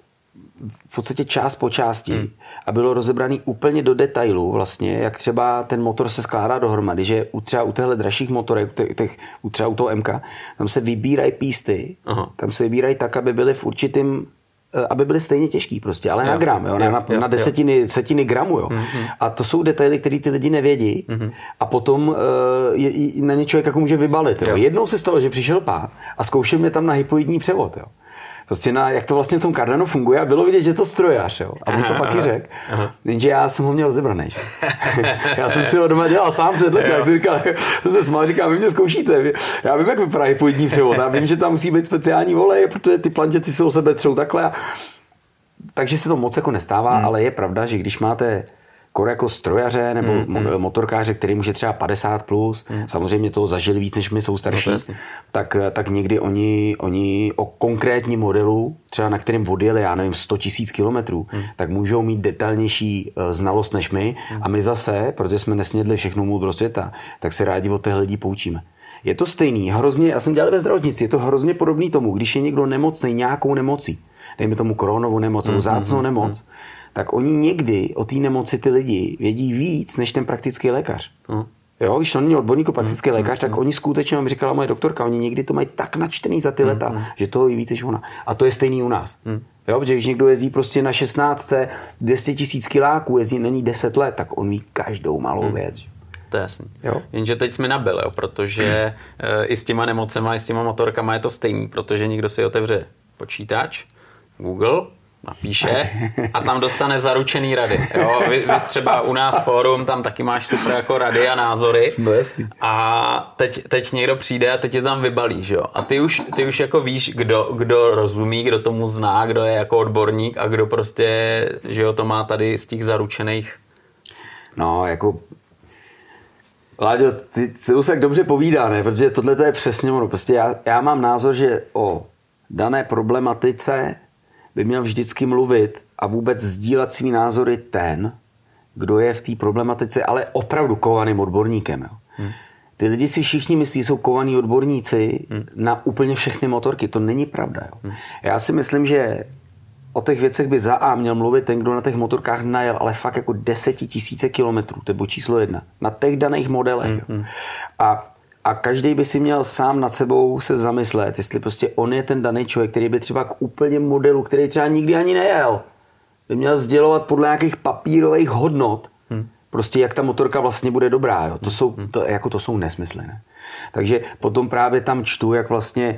v podstatě část po části hmm. a bylo rozebraný úplně do detailu vlastně, jak třeba ten motor se skládá dohromady, že u třeba u těchto dražších motorek, těch, těch, u třeba u toho M K, tam se vybírají písty, Aha. tam se vybírají tak, aby byly v určitým, aby byly stejně těžký prostě, ale jo. na gram, jo, jo, na, jo, na desetiny, jo. setiny gramu, jo. Mm-hmm. A to jsou detaily, které ty lidi nevědí mm-hmm. a potom uh, je, na ně člověk jako může vybalit. Jo. Jo. Jednou se stalo, že přišel pán a zkoušel mě tam na hypoidní převod, jo. Prostě na, jak to vlastně v tom Cardanu funguje a bylo vidět, že to strojař, jo. A on to pak i řekl. Jenže já jsem ho měl rozebraný, že? Já jsem si ho doma dělal sám před lety, jak jsem říkal, jsem se smál, říkal, vy mě zkoušíte. Já vím, jak vypadá hypoidní převod. Já vím, že tam musí být speciální volej, protože ty plančety se o sebe třou takhle. A... Takže se to moc jako nestává, hmm. ale je pravda, že když máte kor jako strojaře nebo mm, motorkáře, který může třeba padesát plus, mm. samozřejmě toho zažili víc, než my, jsou starší, no, tak, tak někdy oni, oni o konkrétním modelu, třeba na kterém odjeli, já nevím, sto tisíc kilometrů, mm. tak můžou mít detailnější znalost než my mm. a my zase, protože jsme nesnědli všechnu moudrost světa, tak se rádi od těch lidí poučíme. Je to stejný, hrozně, já jsem dělal ve zdravotnictví, je to hrozně podobný tomu, když je někdo nemocný nějakou nemocí, dejme tomu koronovou nemoc, nebo mm, zácnou mm, nemoc, mm. tak oni někdy o té nemoci ty lidi vědí víc, než ten praktický lékař. Mm. Jo, když to není odborník praktický mm. lékař, tak mm. oni skutečně, mi říkala moje doktorka, oni někdy to mají tak načtený za ty leta, mm. že toho ví víc než ona. A to je stejný u nás. Mm. Jo, protože když někdo jezdí prostě na šestnáct dvě stě tisíc kiláků, jezdí není deset let, tak on ví každou malou mm. věc. To je jasný. Jo? Jenže teď jsi mi nabil, jo, protože mm. i s těma nemocema, i s těma motorkama je to stejný, protože někdo si otevře počítač, Google, napíše a tam dostane zaručený rady. Jo? Vy, vy třeba u nás fórum, tam taky máš super jako rady a názory. No jasný. A teď, teď někdo přijde a teď je tam vybalí, že jo? A ty už, ty už jako víš, kdo, kdo rozumí, kdo tomu zná, kdo je jako odborník a kdo prostě, že jo, to má tady z těch zaručených. No, jako Láďo, ty se už tak dobře povídá, ne? Protože tohle to je přesně ono. Prostě já, já mám názor, že o dané problematice by měl vždycky mluvit a vůbec sdílet svý názory ten, kdo je v té problematice, ale opravdu kovaným odborníkem. Jo. Hmm. Ty lidi si všichni myslí, že jsou kovaní odborníci hmm. na úplně všechny motorky. To není pravda. Jo. Hmm. Já si myslím, že o těch věcech by za A měl mluvit ten, kdo na těch motorkách najel, ale fakt jako desetitisíce kilometrů, to je bod číslo jedna. Na těch daných modelech. Jo. Hmm. A A každý by si měl sám nad sebou se zamyslet, jestli prostě on je ten daný člověk, který by třeba k úplně modelu, který třeba nikdy ani nejel. by měl sdělovat podle nějakých papírových hodnot, hmm. prostě jak ta motorka vlastně bude dobrá. Jo. To, jsou, hmm. to, jako to jsou nesmysly. Ne? Takže potom právě tam čtu, jak vlastně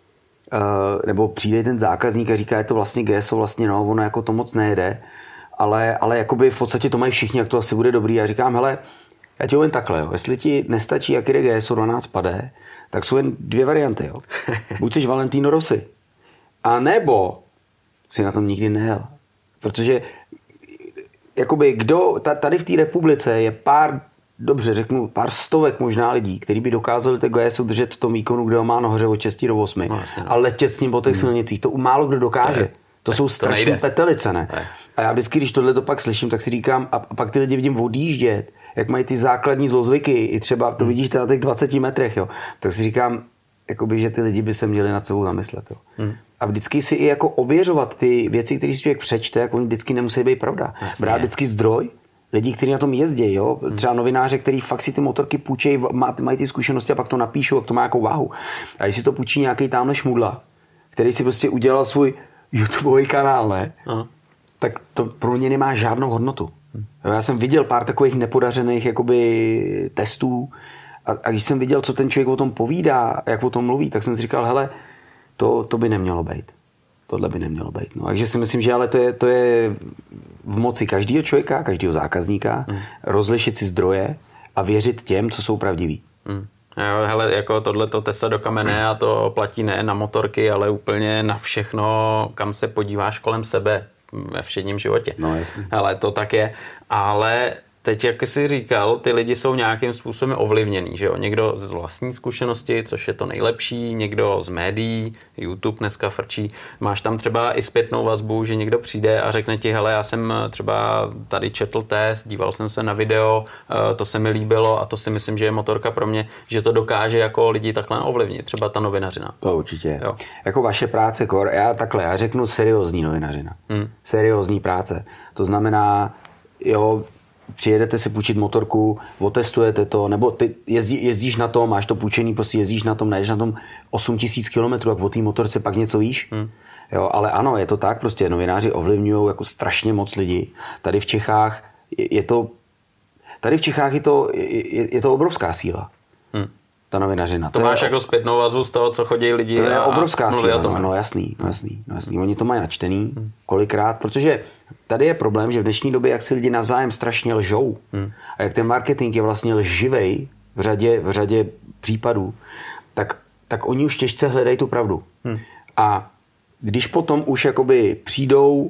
uh, nebo přijde ten zákazník a říká, je to vlastně G S O, vlastně no, ono jako to moc nejede, ale, ale jakoby v podstatě to mají všichni, jak to asi bude dobrý. A říkám, hele, já ti uvím takhle, jo. Jestli ti nestačí, jak jde G S O dvanáct padé, tak jsou jen dvě varianty. Jo. Buď jsi Valentino Rossi, a nebo si na tom nikdy nejel. Protože jakoby kdo, tady v té republice je pár, dobře řeknu, pár stovek možná lidí, kteří by dokázali to G S O držet v tom výkonu, kde ho má nahoře od šesti do osmi no, a letět s ním po těch hmm. silnicích. To málo kdo dokáže. To, je, to jsou strašné petelice, ne? Je. A já vždycky, když tohle to pak slyším, tak si říkám, a pak ty lidi vidím odjíždět, jak mají ty základní zlozvyky, i třeba to vidíš na těch dvaceti metrech, jo. Tak si říkám, jakoby, že ty lidi by se měli nad sebou zamyslet, jo. Hmm. A vždycky si i jako ověřovat ty věci, které si člověk přečte, jako oni vždycky nemusí být pravda. Jasně. Brát vždycky zdroj, lidí, kteří na tom jezdí, jo. Třeba novináře, kteří fakt si ty motorky půjčejí, mají ty zkušenosti a pak to napíšou, jak to má nějakou váhu. A jestli to půjčí nějaký tamhle šmudla, který si prostě udělal svůj YouTubeový kanál, ne? Aha. Tak to pro mě nemá žádnou hodnotu. Jo, já jsem viděl pár takových nepodařených jakoby testů a, a když jsem viděl, co ten člověk o tom povídá, jak o tom mluví, tak jsem si říkal, hele, to, to by nemělo být. Tohle by nemělo být. No, takže si myslím, že ale to je, to je v moci každého člověka, každého zákazníka, hmm. rozlišit si zdroje a věřit těm, co jsou pravdiví. Hmm. Jo, hele, jako tohleto tesa do kamene a to platí ne na motorky, ale úplně na všechno, kam se podíváš kolem sebe ve všedním životě. No jasně. Ale to tak je. Ale teď, jak jsi říkal, ty lidi jsou nějakým způsobem ovlivněný, že jo? Někdo z vlastní zkušenosti, což je to nejlepší, někdo z médií, YouTube dneska frčí. Máš tam třeba i zpětnou vazbu, že někdo přijde a řekne ti, hele, já jsem třeba tady četl test, díval jsem se na video, to se mi líbilo a to si myslím, že je motorka pro mě, že to dokáže jako lidi takhle ovlivnit, třeba ta novinařina. To určitě. Jo. Jako vaše práce, kor, já takhle, já řeknu seriózní novinařina. Hmm. Seriózní práce. To znamená, jo, přijedete si půjčit motorku, otestujete to, nebo ty jezdí, jezdíš na tom, máš to půjčený, prostě jezdíš na tom, najdeš na tom osm tisíc kilometrů, jak o té motorce pak něco víš. Hmm. Jo, ale ano, je to tak, prostě novináři ovlivňují jako strašně moc lidí. Tady v Čechách je, je to, tady v Čechách je to, je, je to obrovská síla. Hmm. Ta novinařina. To, to máš je, jako zpětnou vazbu z toho, co chodí lidi. To je obrovská síla, tom. No, no jasný, no jasný, no jasný. Oni to mají načtený hmm. kolikrát, protože tady je problém, že v dnešní době, jak si lidi navzájem strašně lžou hmm. a jak ten marketing je vlastně lživej v řadě, v řadě případů, tak, tak oni už těžce hledají tu pravdu. Hmm. A když potom už jakoby přijdou uh,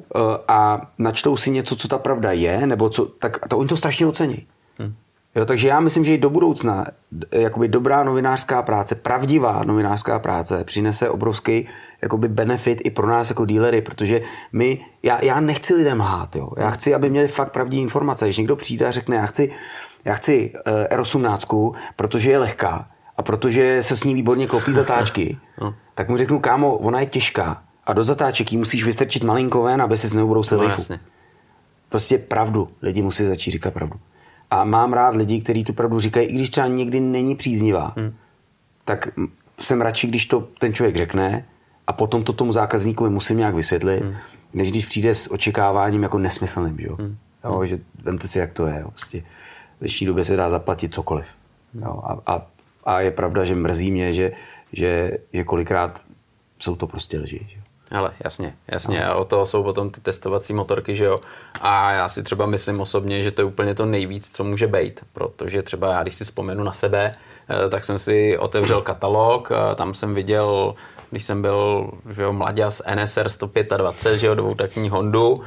a načtou si něco, co ta pravda je, nebo co, tak to oni to strašně ocení. Hmm. Jo, takže já myslím, že i do budoucna jakoby dobrá novinářská práce, pravdivá novinářská práce přinese obrovský jakoby benefit i pro nás jako dealery, protože my, já, já nechci lidem lhát, jo. Já chci, aby měli fakt pravdivé informace. Když někdo přijde a řekne, já chci, já chci uh, R osmnáct, protože je lehká a protože se s ní výborně klopí zatáčky, no. tak mu řeknu, kámo, ona je těžká a do zatáček jí musíš vystrčit malinko ven, aby si neubrousil no, vejfu. Prostě pravdu. Lidi musí začít říkat pravdu. A mám rád lidi, kteří tu pravdu říkají, i když třeba někdy není příznivá, hmm. tak jsem radši, když to ten člověk řekne a potom to tomu zákazníkovi musím nějak vysvětlit, hmm. než když přijde s očekáváním jako nesmyslným, že jo? Hmm. jo že vemte si, jak to je. Jo? Prostě v dnešní době se dá zaplatit cokoliv. Jo? A, a, a je pravda, že mrzí mě, že, že, že kolikrát jsou to prostě lži. Že? Ale jasně, jasně. A o toho jsou potom ty testovací motorky, že jo. A já si třeba myslím osobně, že to je úplně to nejvíc, co může být, protože třeba já, když si vzpomenu na sebe, tak jsem si otevřel katalog, tam jsem viděl, když jsem byl, že jo, mlaďas N S R sto dvacet pět, že jo, dvoutakní Hondu,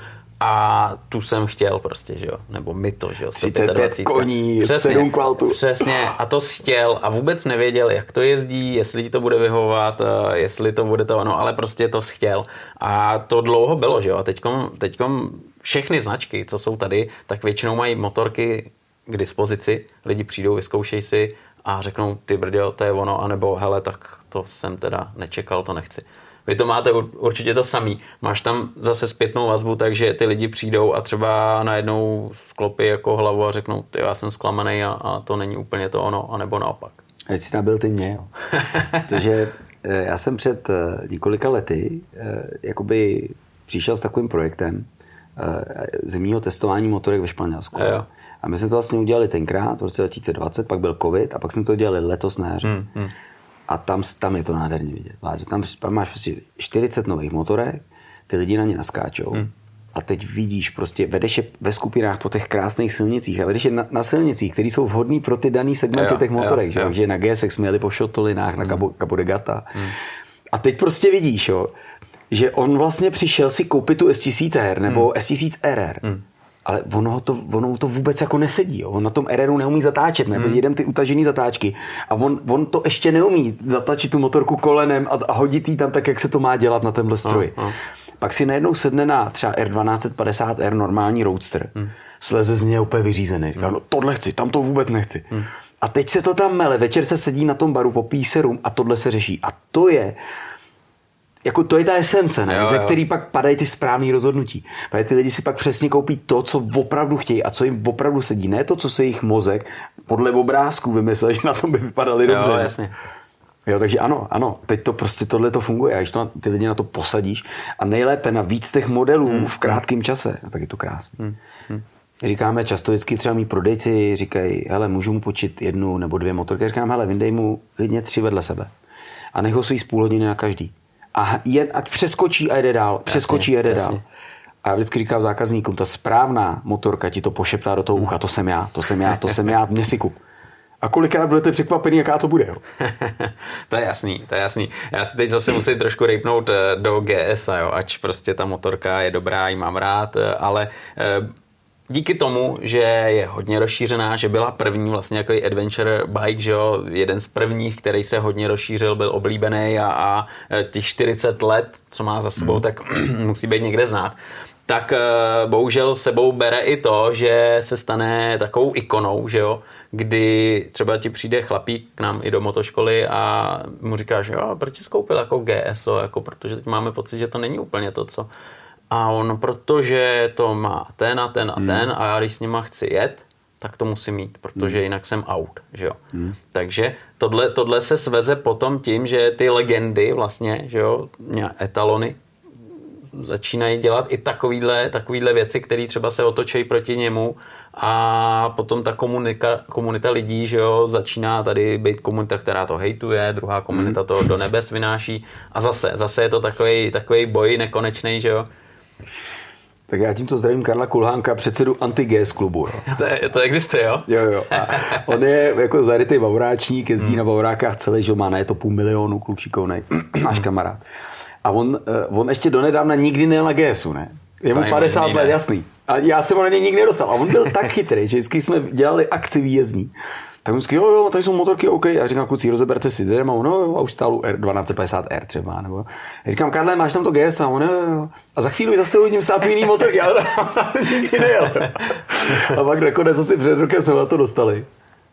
a tu jsem chtěl prostě, že jo, nebo my to, že jo, třicet pět koní, sedm kvaltů. Přesně, a to chtěl a vůbec nevěděl, jak to jezdí, jestli ti to bude vyhovovat, jestli to bude to ono, ale prostě to chtěl. A to dlouho bylo, že jo, a teďkom, teďkom všechny značky, co jsou tady, tak většinou mají motorky k dispozici, lidi přijdou, vyzkoušej si a řeknou, ty brďo, to je ono, anebo hele, tak to jsem teda nečekal, to nechci. Vy to máte určitě to samý. Máš tam zase zpětnou vazbu, takže ty lidi přijdou a třeba najednou sklopí jako hlavu a řeknou, ty, já jsem zklamaný a, a to není úplně to ono, anebo naopak. Ať jsi nabil ty mě, jo. Protože já jsem před několika lety jakoby přišel s takovým projektem, zimního testování motorek ve Španělsku. Jo. A my jsme to vlastně udělali tenkrát, v roce dva tisíce dvacet, pak byl covid a pak jsme to dělali letos na jaře. Hmm, hmm. A tam, tam je to nádherně vidět. Tam, tam máš prostě čtyřicet nových motorek, ty lidi na ně naskáčou hmm. a teď vidíš, prostě vedeš je ve skupinách po těch krásných silnicích a vedeš je na, na silnicích, které jsou vhodné pro ty daný segmenty jo, těch motorek. Jo, že? Jo. Takže na G S X jsme jeli po šotolinách, hmm. na Cabo, Cabo de Gata. Hmm. A teď prostě vidíš, jo, že on vlastně přišel si koupit tu S tisíc R nebo hmm. S tisíc R R. Hmm. Ale ono to, ono to vůbec jako nesedí. Jo. On na tom R R u neumí zatáčet, nebo hmm. jedem ty utažený zatáčky. A on, on to ještě neumí zatačit tu motorku kolenem a, a hodit jí tam tak, jak se to má dělat na tenhle stroj. Hmm. Pak si najednou sedne na třeba R dvanáct padesát R normální roadster. Hmm. Sleze z něj úplně vyřízený. Říká, no tohle chci, tam to vůbec nechci. Hmm. A teď se to tam mele, večer se sedí na tom baru, popíjí se rum a tohle se řeší. A to je jako to je ta esence, ne? Jo, ze který pak padají ty správný rozhodnutí. Protože ty lidi si pak přesně koupí to, co opravdu chtějí a co jim opravdu sedí. Ne to, co se jejich mozek podle obrázků vymyslel, že na tom by vypadali dobře. Jo, jasně. Jo, takže ano, ano, teď to prostě tohle to funguje. A když to, ty lidi na to posadíš a nejlépe na víc těch modelů hmm. v krátkém čase, no, tak je to krásný. Hmm. Hmm. Říkáme často vždycky třeba mý prodejci říkají, hele, můžu mu počít jednu nebo dvě motorky. Říkám, hele, vyndej mu klidně tři vedle sebe. A nech ho svý z půl hodiny na každý. A jen ať přeskočí a jede dál, přeskočí a jede dál. A já vždycky říkám zákazníkům, ta správná motorka ti to pošeptá do toho ucha, to jsem já, to jsem já, to jsem já, mě si kup. A kolikrát budete překvapený, jaká to bude. Jo? To je jasný, to je jasný. Já si teď zase musím trošku rejpnout do G S a jo, ač prostě ta motorka je dobrá, ji mám rád, ale díky tomu, že je hodně rozšířená, že byla první vlastně jako adventure bike, že jo, jeden z prvních, který se hodně rozšířil, byl oblíbený a, a těch čtyřicet let, co má za sebou, hmm. tak musí být někde znát. Tak bohužel sebou bere i to, že se stane takovou ikonou, že jo, kdy třeba ti přijde chlapík k nám i do motoškoly a mu říká, že jo, proč jsi skoupil jako G S O, jako, protože teď máme pocit, že to není úplně to, co... A on, protože to má ten a ten a ten hmm. a já když s nima chci jet, tak to musím mít, protože hmm. jinak jsem out, že jo. Hmm. Takže tohle, tohle se sveze potom tím, že ty legendy vlastně, že jo, etalony, začínají dělat i takovýhle, takovýhle věci, které třeba se otočejí proti němu a potom ta komunika, komunita lidí, že jo, začíná tady být komunita, která to hejtuje, druhá komunita to do nebes vynáší a zase, zase je to takový, takový boj nekonečný, že jo. Tak já tímto zdravím Karla Kulhánka, předsedu Anti-G S klubu. Jo. To, je, to existuje, jo? Jo, jo. A on je jako zarytý bavráčník, jezdí hmm. na bavrákách celý, že má na je to půl milionu, kluk šikovnej, náš kamarád. A on, on ještě donedávna nikdy nejel na G S u, ne? Je mu padesát let, jasný. A já jsem ho na něj nikdy nedostal. A on byl tak chytrý, že vždycky jsme dělali akci výjezdní. Tak vždycky, jo, jo, tady jsou motorky, OK. A říkám, kluci, rozeberte si, jdeme, no jo, a už stálu R dvanáct padesát R třeba, nebo. A říkám, Karle, máš tam to G S? A on, jo, jo. A za chvíli zase uvidím stát jiný motorky, ale tam nikdy nejel. A pak nakonec asi před rokem jsme na to dostali.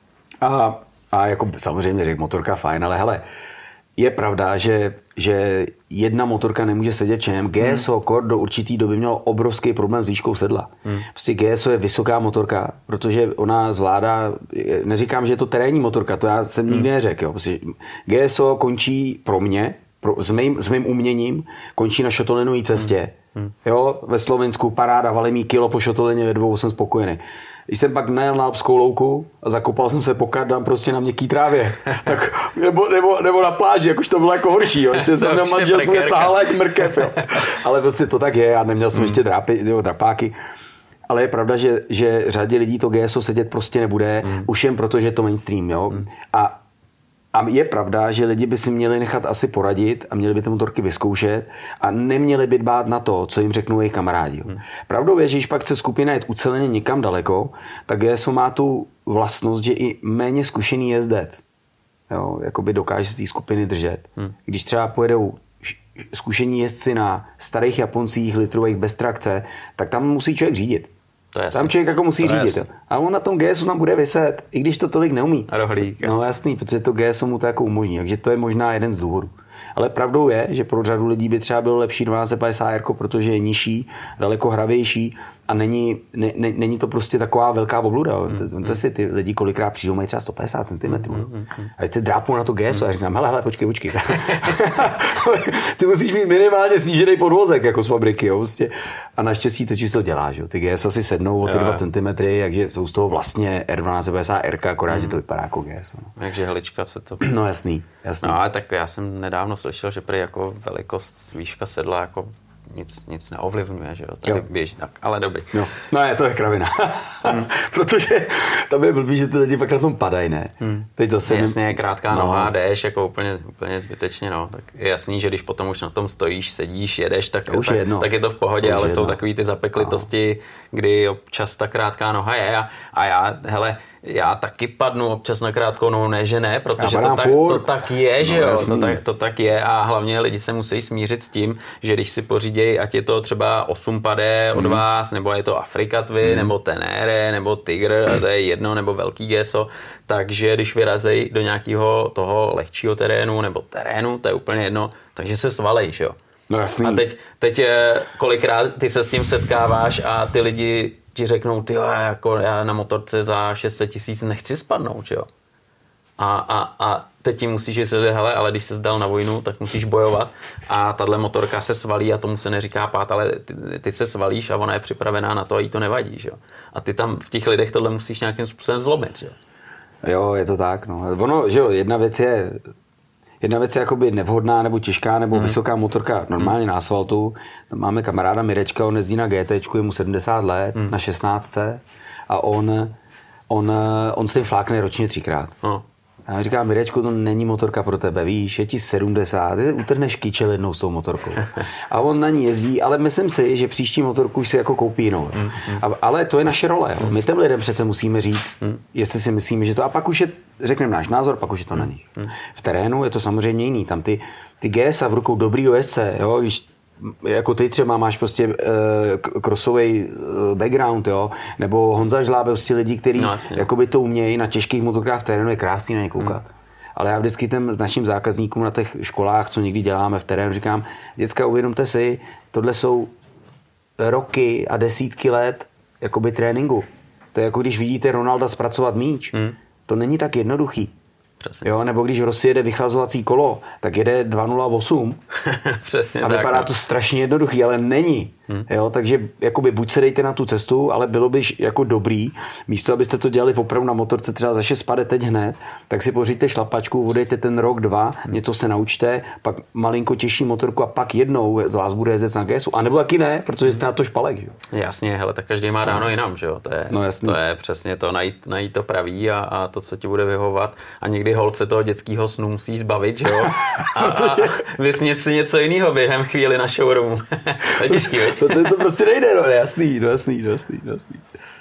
A, a jako samozřejmě řekl, motorka fajn, ale hele, je pravda, že, že jedna motorka nemůže sedět čem. G S O hmm. kor do určitý doby mělo obrovský problém s výškou sedla. Hmm. Prostě G S O je vysoká motorka, protože ona zvládá, neříkám, že je to terénní motorka, to já jsem hmm. nikdy neřekl. Jo. Prostě G S O končí pro mě, pro, s, mým, s mým uměním, končí na šotolinové cestě. Hmm. Jo, ve Slovensku paráda, valím jí kilo po šotolině ve dvou, jsem spokojený. Když jsem pak najel na Alpskou louku a zakopal jsem se po kardám prostě na měkký trávě, tak, nebo, nebo, nebo na pláži, jakož to bylo jako horší, jo. Že jsem měl manželku, mě tahala jak mrkev, jo. Ale prostě to tak je, já neměl jsem hmm. ještě drápy, jo, drapáky. Ale je pravda, že, že řadě lidí to G S O sedět prostě nebude, hmm. už jen proto, že je to mainstream, jo. Hmm. A A je pravda, že lidi by si měli nechat asi poradit a měli by ty motorky vyzkoušet a neměli by dbát na to, co jim řeknou jejich kamarádi. Hmm. Pravdou je, že když pak chce skupina jet uceleně někam daleko, tak G S O má tu vlastnost, že i méně zkušený jezdec jo, jakoby dokáže z té skupiny držet. Hmm. Když třeba pojedou zkušení jezdci na starých Japoncích litrových bez trakce, tak tam musí člověk řídit. Tam člověk jako musí to řídit. A on na tom G S U tam bude vyset, i když to tolik neumí. A rohlík. No jasný, protože to G S O mu to jako umožní. Takže to je možná jeden z důvodů. Ale pravdou je, že pro řadu lidí by třeba bylo lepší dvanáct padesát R, protože je nižší, daleko hravější a není, ne, ne, není to prostě taková velká obluda. Mm, mm. si, ty lidi kolikrát přijdou, mají třeba sto padesát centimetrů. Mm, mm, mm. A teď se drápou na to G S O. Mm. A říkám, hele, hele, počkej, počkej. Ty musíš mít minimálně snížený podvozek jako z fabriky. Jo, prostě. A naštěstí teď to dělá. Že? Ty G S asi sednou o ty dva centimetry, takže jsou z toho vlastně R dvanáct padesát R, akorát, mm. že to vypadá jako G S O. No. Takže helička se to... No jasný, jasný. No ale tak já jsem nedávno slyšel, že prý jako velikost výška sedla jako nic, nic neovlivňuje, že jo, tady běží, tak, ale dobrý. No, no je, to je kravina. hmm. Protože tam je blbý, že ty lidi pak na tom padají, ne? Hmm. Teď zase jasně, je krátká no. noha, jdeš jako úplně, úplně zbytečně, no. Tak je jasný, že když potom už na tom stojíš, sedíš, jedeš, tak, tak, je, tak je to v pohodě, ale jsou takový ty zapeklitosti, no. kdy občas ta krátká noha je a, a já, hele, já taky padnu občas na krátkou nohu, ne, že ne, protože to tak, to tak je, že no, jo, to tak, to tak je a hlavně lidi se musí smířit s tím, že když si pořídějí, ať je to třeba osm pade od hmm. vás, nebo je to Afrika Twin, hmm. nebo Tenere, nebo Tiger, to je jedno, nebo velký G S O, takže když vyrazejí do nějakého toho lehčího terénu, nebo terénu, to je úplně jedno, takže se svalejš, jo. No jasný. A teď, teď je, kolikrát ty se s tím setkáváš a ty lidi ti řeknou, ty jako já na motorce za šest set tisíc nechci spadnout, jo. A, a, a teď ti musíš říct, hele, ale když se zdal na vojnu, tak musíš bojovat a tahle motorka se svalí a tomu se neříká pád, ale ty, ty se svalíš a ona je připravená na to a jí to nevadí, jo. A ty tam v těch lidech tohle musíš nějakým způsobem zlomit, jo. Jo, je to tak, no. Ono, že jo, jedna věc je Jedna věc je jakoby nevhodná nebo těžká nebo hmm. vysoká motorka normálně hmm. na asfaltu. Tam máme kamaráda Mirečka, on jezdí na GTčku, je mu sedmdesát let, hmm. na šestnáctce a on, on, on se jim flákne ročně třikrát. Oh. A já říkám, Mirečku, to není motorka pro tebe, víš, je ti sedmdesát, ty utrhneš kyčel jednou s tou motorkou. A on na ní jezdí, ale myslím si, že příští motorku už si jako koupí jinou. Hmm. A, ale to je naše role. Jo. My těm lidem přece musíme říct, hmm. jestli si myslíme, že to... A pak už je, řekneme náš názor, pak už je to na nich. Hmm. V terénu je to samozřejmě jiný. Tam ty, ty G S a v rukou dobrýho jezdce, jo, když jako ty třeba máš prostě uh, crossový uh, background, jo, nebo Honza Žláb, prostě lidi, kteří no, jakoby to umějí na těžkých motorkách v terénu, je krásný na ně koukat. Hmm. Ale já vždycky těm s našim zákazníkům na těch školách, co někdy děláme v terénu, říkám, děcka, uvědomte si, tohle jsou roky a desítky let jakoby tréninku. To je jako když vidíte Ronalda zpracovat míč. Hmm. To není tak jednoduchý. Přesně. Jo, nebo když rozjede vychlazovací kolo, tak jede dva nula osm. Přesně a vypadá tak, to strašně jednoduchý, ale není. Hmm. Jo, takže jakoby buď se dejte na tu cestu, ale bylo by jako dobrý, místo abyste to dělali opravdu na motorce třeba za šest pade teď hned, tak si pořiďte šlapačku, odejte ten rok, dva, hmm. něco se naučte, pak malinko těžší motorku a pak jednou z vás bude jezdit na G S U. A nebo taky ne, protože jste na to špalek. Že? Jasně, hele, tak každý má ráno jinam, že jo? To je, no, jasný. To je přesně to, najít, najít to pravý a, a to, co ti bude vyhovovat. A někdy holce toho dětského snu musí zbavit, že jo? A, a vysnit si něco jiného během chvíli na showroomu. To je těžký, veď? To, to, to prostě nejde, no, jasný, no, jasný, no, jasný, no, jasný.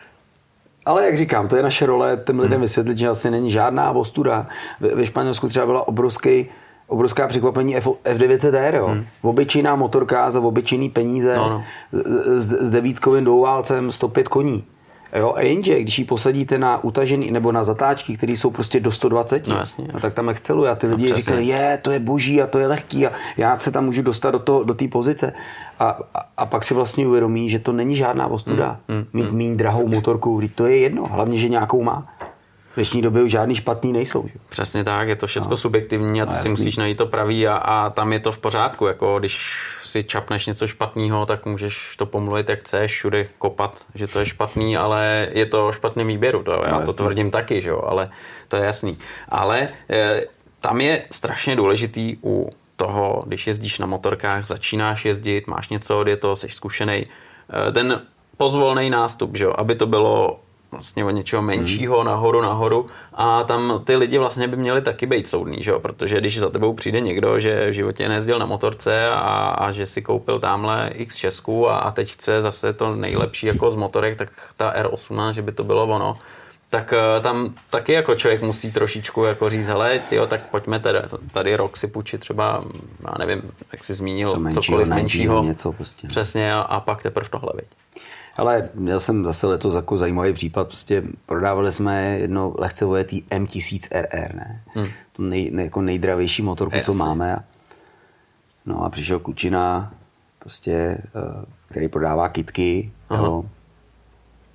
Ale jak říkám, to je naše role těm lidem vysvětlit, že asi není žádná ostuda. Ve, ve Španělsku třeba byla obrovský, obrovská překvapení F, F devět set R, jo. Hmm. Obyčejná motorka za obyčejný peníze no, no. S, s devítkovým dvouválcem sto pět koní. Jo, a jenže, když ji posadíte na utažený nebo na zatáčky, které jsou prostě do sto dvacet, no, jasně, no, tak tam exceluje. A ty lidi no, říkali, je, to je boží a to je lehký a já se tam můžu dostat do té do té pozice. A, a, a pak si vlastně uvědomí, že to není žádná ostuda. Mm, mm, mít mm. míň drahou motorku, to je jedno, hlavně, že nějakou má. V dnešní době už žádný špatný nejsou. Že? Přesně tak, je to všechno no. subjektivní a ty no, si musíš najít to pravý a, a tam je to v pořádku. Jako když si čapneš něco špatného, tak můžeš to pomluvit jak chceš, všude kopat, že to je špatný, ale je to o špatném výběru. To, já no, to tvrdím taky, že jo, ale to je jasný. Ale e, tam je strašně důležitý u toho, když jezdíš na motorkách, začínáš jezdit, máš něco, je to, jsi zkušenej, e, ten pozvolný nástup, že jo, aby to bylo vlastně od něčeho menšího hmm. nahoru, nahoru a tam ty lidi vlastně by měli taky být soudný, že jo? Protože když za tebou přijde někdo, že v životě nejezdil na motorce a, a že si koupil tamhle X šest a, a teď chce zase to nejlepší jako z motorek, tak ta R osmnáct, že by to bylo ono, tak tam taky jako člověk musí trošičku jako říct, hele, tyjo, tak pojďme tady, tady rok si půjčit třeba, já nevím, jak jsi zmínil, to menšího, cokoliv menšího, něco prostě. Přesně a, a pak teprve tohle, viď. Ale měl jsem zase letos jako zajímavý případ, prostě prodávali jsme jedno lehce vojetý M tisíc R R, ne? Hmm. To nej, nej, jako nejdravější motorku, co máme. No a přišel klučina, prostě, který prodává kitky, jo,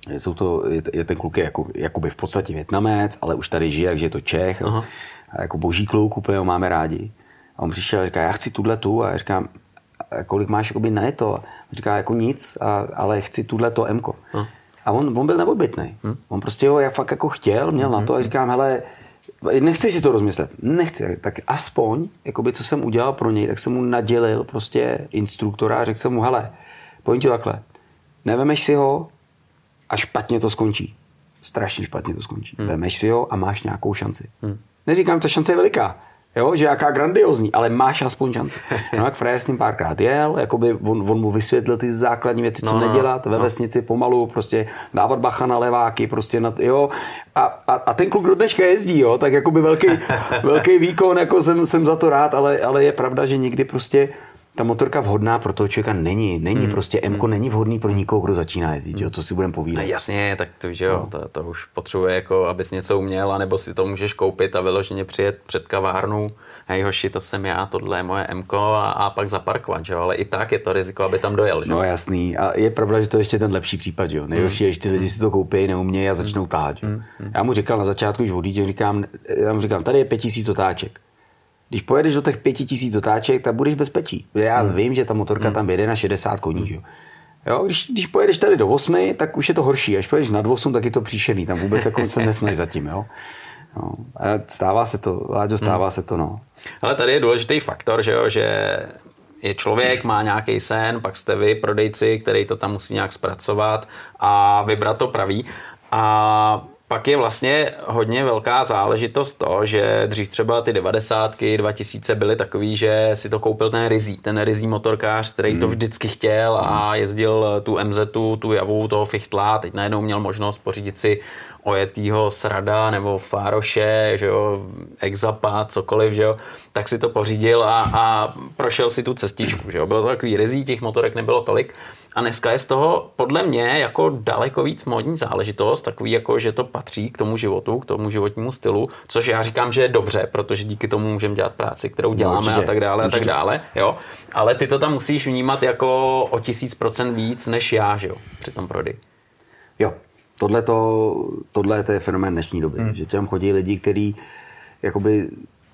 Jsou to, je, je ten kluk je jako, jakoby v podstatě Vietnamec, ale už tady žije, takže je to Čech. Aha. A jako boží kluk, úplně ho máme rádi. A on přišel a říká, já chci tuhle tu. A já říkám, kolik máš jakoby na to? A on říká, jako nic, a, ale chci tuhle to Mko. Aha. A on, on byl neodbytný. Hm? On prostě ho jak fakt jako chtěl, měl hm. na to a říkám, hele, nechci si to rozmyslet. Nechci. Tak aspoň, jakoby, co jsem udělal pro něj, tak jsem mu nadělil prostě instruktora a řekl jsem mu, hele, pojď ti takhle, nevemeš si ho a špatně to skončí. Strašně špatně to skončí. Hmm. Vemeš si ho a máš nějakou šanci. Hmm. Neříkám, ta šance je veliká, jo, že jaká grandiozní, ale máš aspoň šanci. No jak frajer s ním párkrát jel, jakoby on, on mu vysvětlil ty základní věci, co no, nedělat, ve no. vesnici pomalu, prostě dávat bacha na leváky, prostě na, jo, a, a, a ten kluk do dneška jezdí, jo, tak jakoby velký, velký výkon, jako jsem, jsem za to rád, ale, ale je pravda, že někdy prostě ta motorka vhodná pro toho člověka není. Není hmm. prostě Mko není vhodný pro nikoho, kdo začíná jezdit, jo, co si budeme povídat. No, jasně, tak to, že jo, no. to, to už potřebuje, jako, abys něco uměl, anebo si to můžeš koupit a vyloženě přijet před kavárnu. Hej hoši, to jsem já, tohle je moje Mko a, a pak zaparkovat, že jo, ale i tak je to riziko, aby tam dojel, že jo. No jasný, a je pravda, že to je ještě ten lepší případ, že jo. Nejhorší je, že ty lidi si to koupí, neumějí a začnou táhat, že? Hmm. Já mu říkal na začátku, už vodíče, říkám, já mu říkám, tady je pět tisíc otáček. Když pojedeš do těch pěti tisíc otáček, tak budeš bezpečí. Já hmm. vím, že ta motorka hmm. tam jede na šedesát koní, že jo. Jo, když, když pojedeš tady do osmi, tak už je to horší. Až pojedeš nad osm, tak je to příšerný. Tam vůbec jako se nesnaž zatím, jo. No, a stává se to, Láďo, stává hmm. se to, no. Ale tady je důležitý faktor, že jo, že je člověk, má nějaký sen, pak jste vy, prodejci, který to tam musí nějak zpracovat a vybrat to pravý. A pak je vlastně hodně velká záležitost to, že dřív třeba ty devadesátky, dva tisíce byly takový, že si to koupil ten Rizí, ten Rizí motorkář, který hmm. to vždycky chtěl a jezdil tu em zet, tu Javu, toho Fichtla, teď najednou měl možnost pořídit si ojetýho Srada nebo Fároše, že jo, Exapa, cokoliv, že jo, tak si to pořídil a, a prošel si tu cestičku, že jo. Bylo to takový Rizí, těch motorek nebylo tolik. A dneska je z toho podle mě jako daleko víc módní záležitost, takový jako, že to patří k tomu životu, k tomu životnímu stylu, což já říkám, že je dobře, protože díky tomu můžeme dělat práci, kterou děláme no, a tak dále určitě. a tak dále, jo. Ale ty to tam musíš vnímat jako o tisíc procent víc než já, že jo, při tom prodeji. Jo, tohle to, tohle to je fenomén dnešní doby, hmm. že tam chodí lidi, kteří jakoby,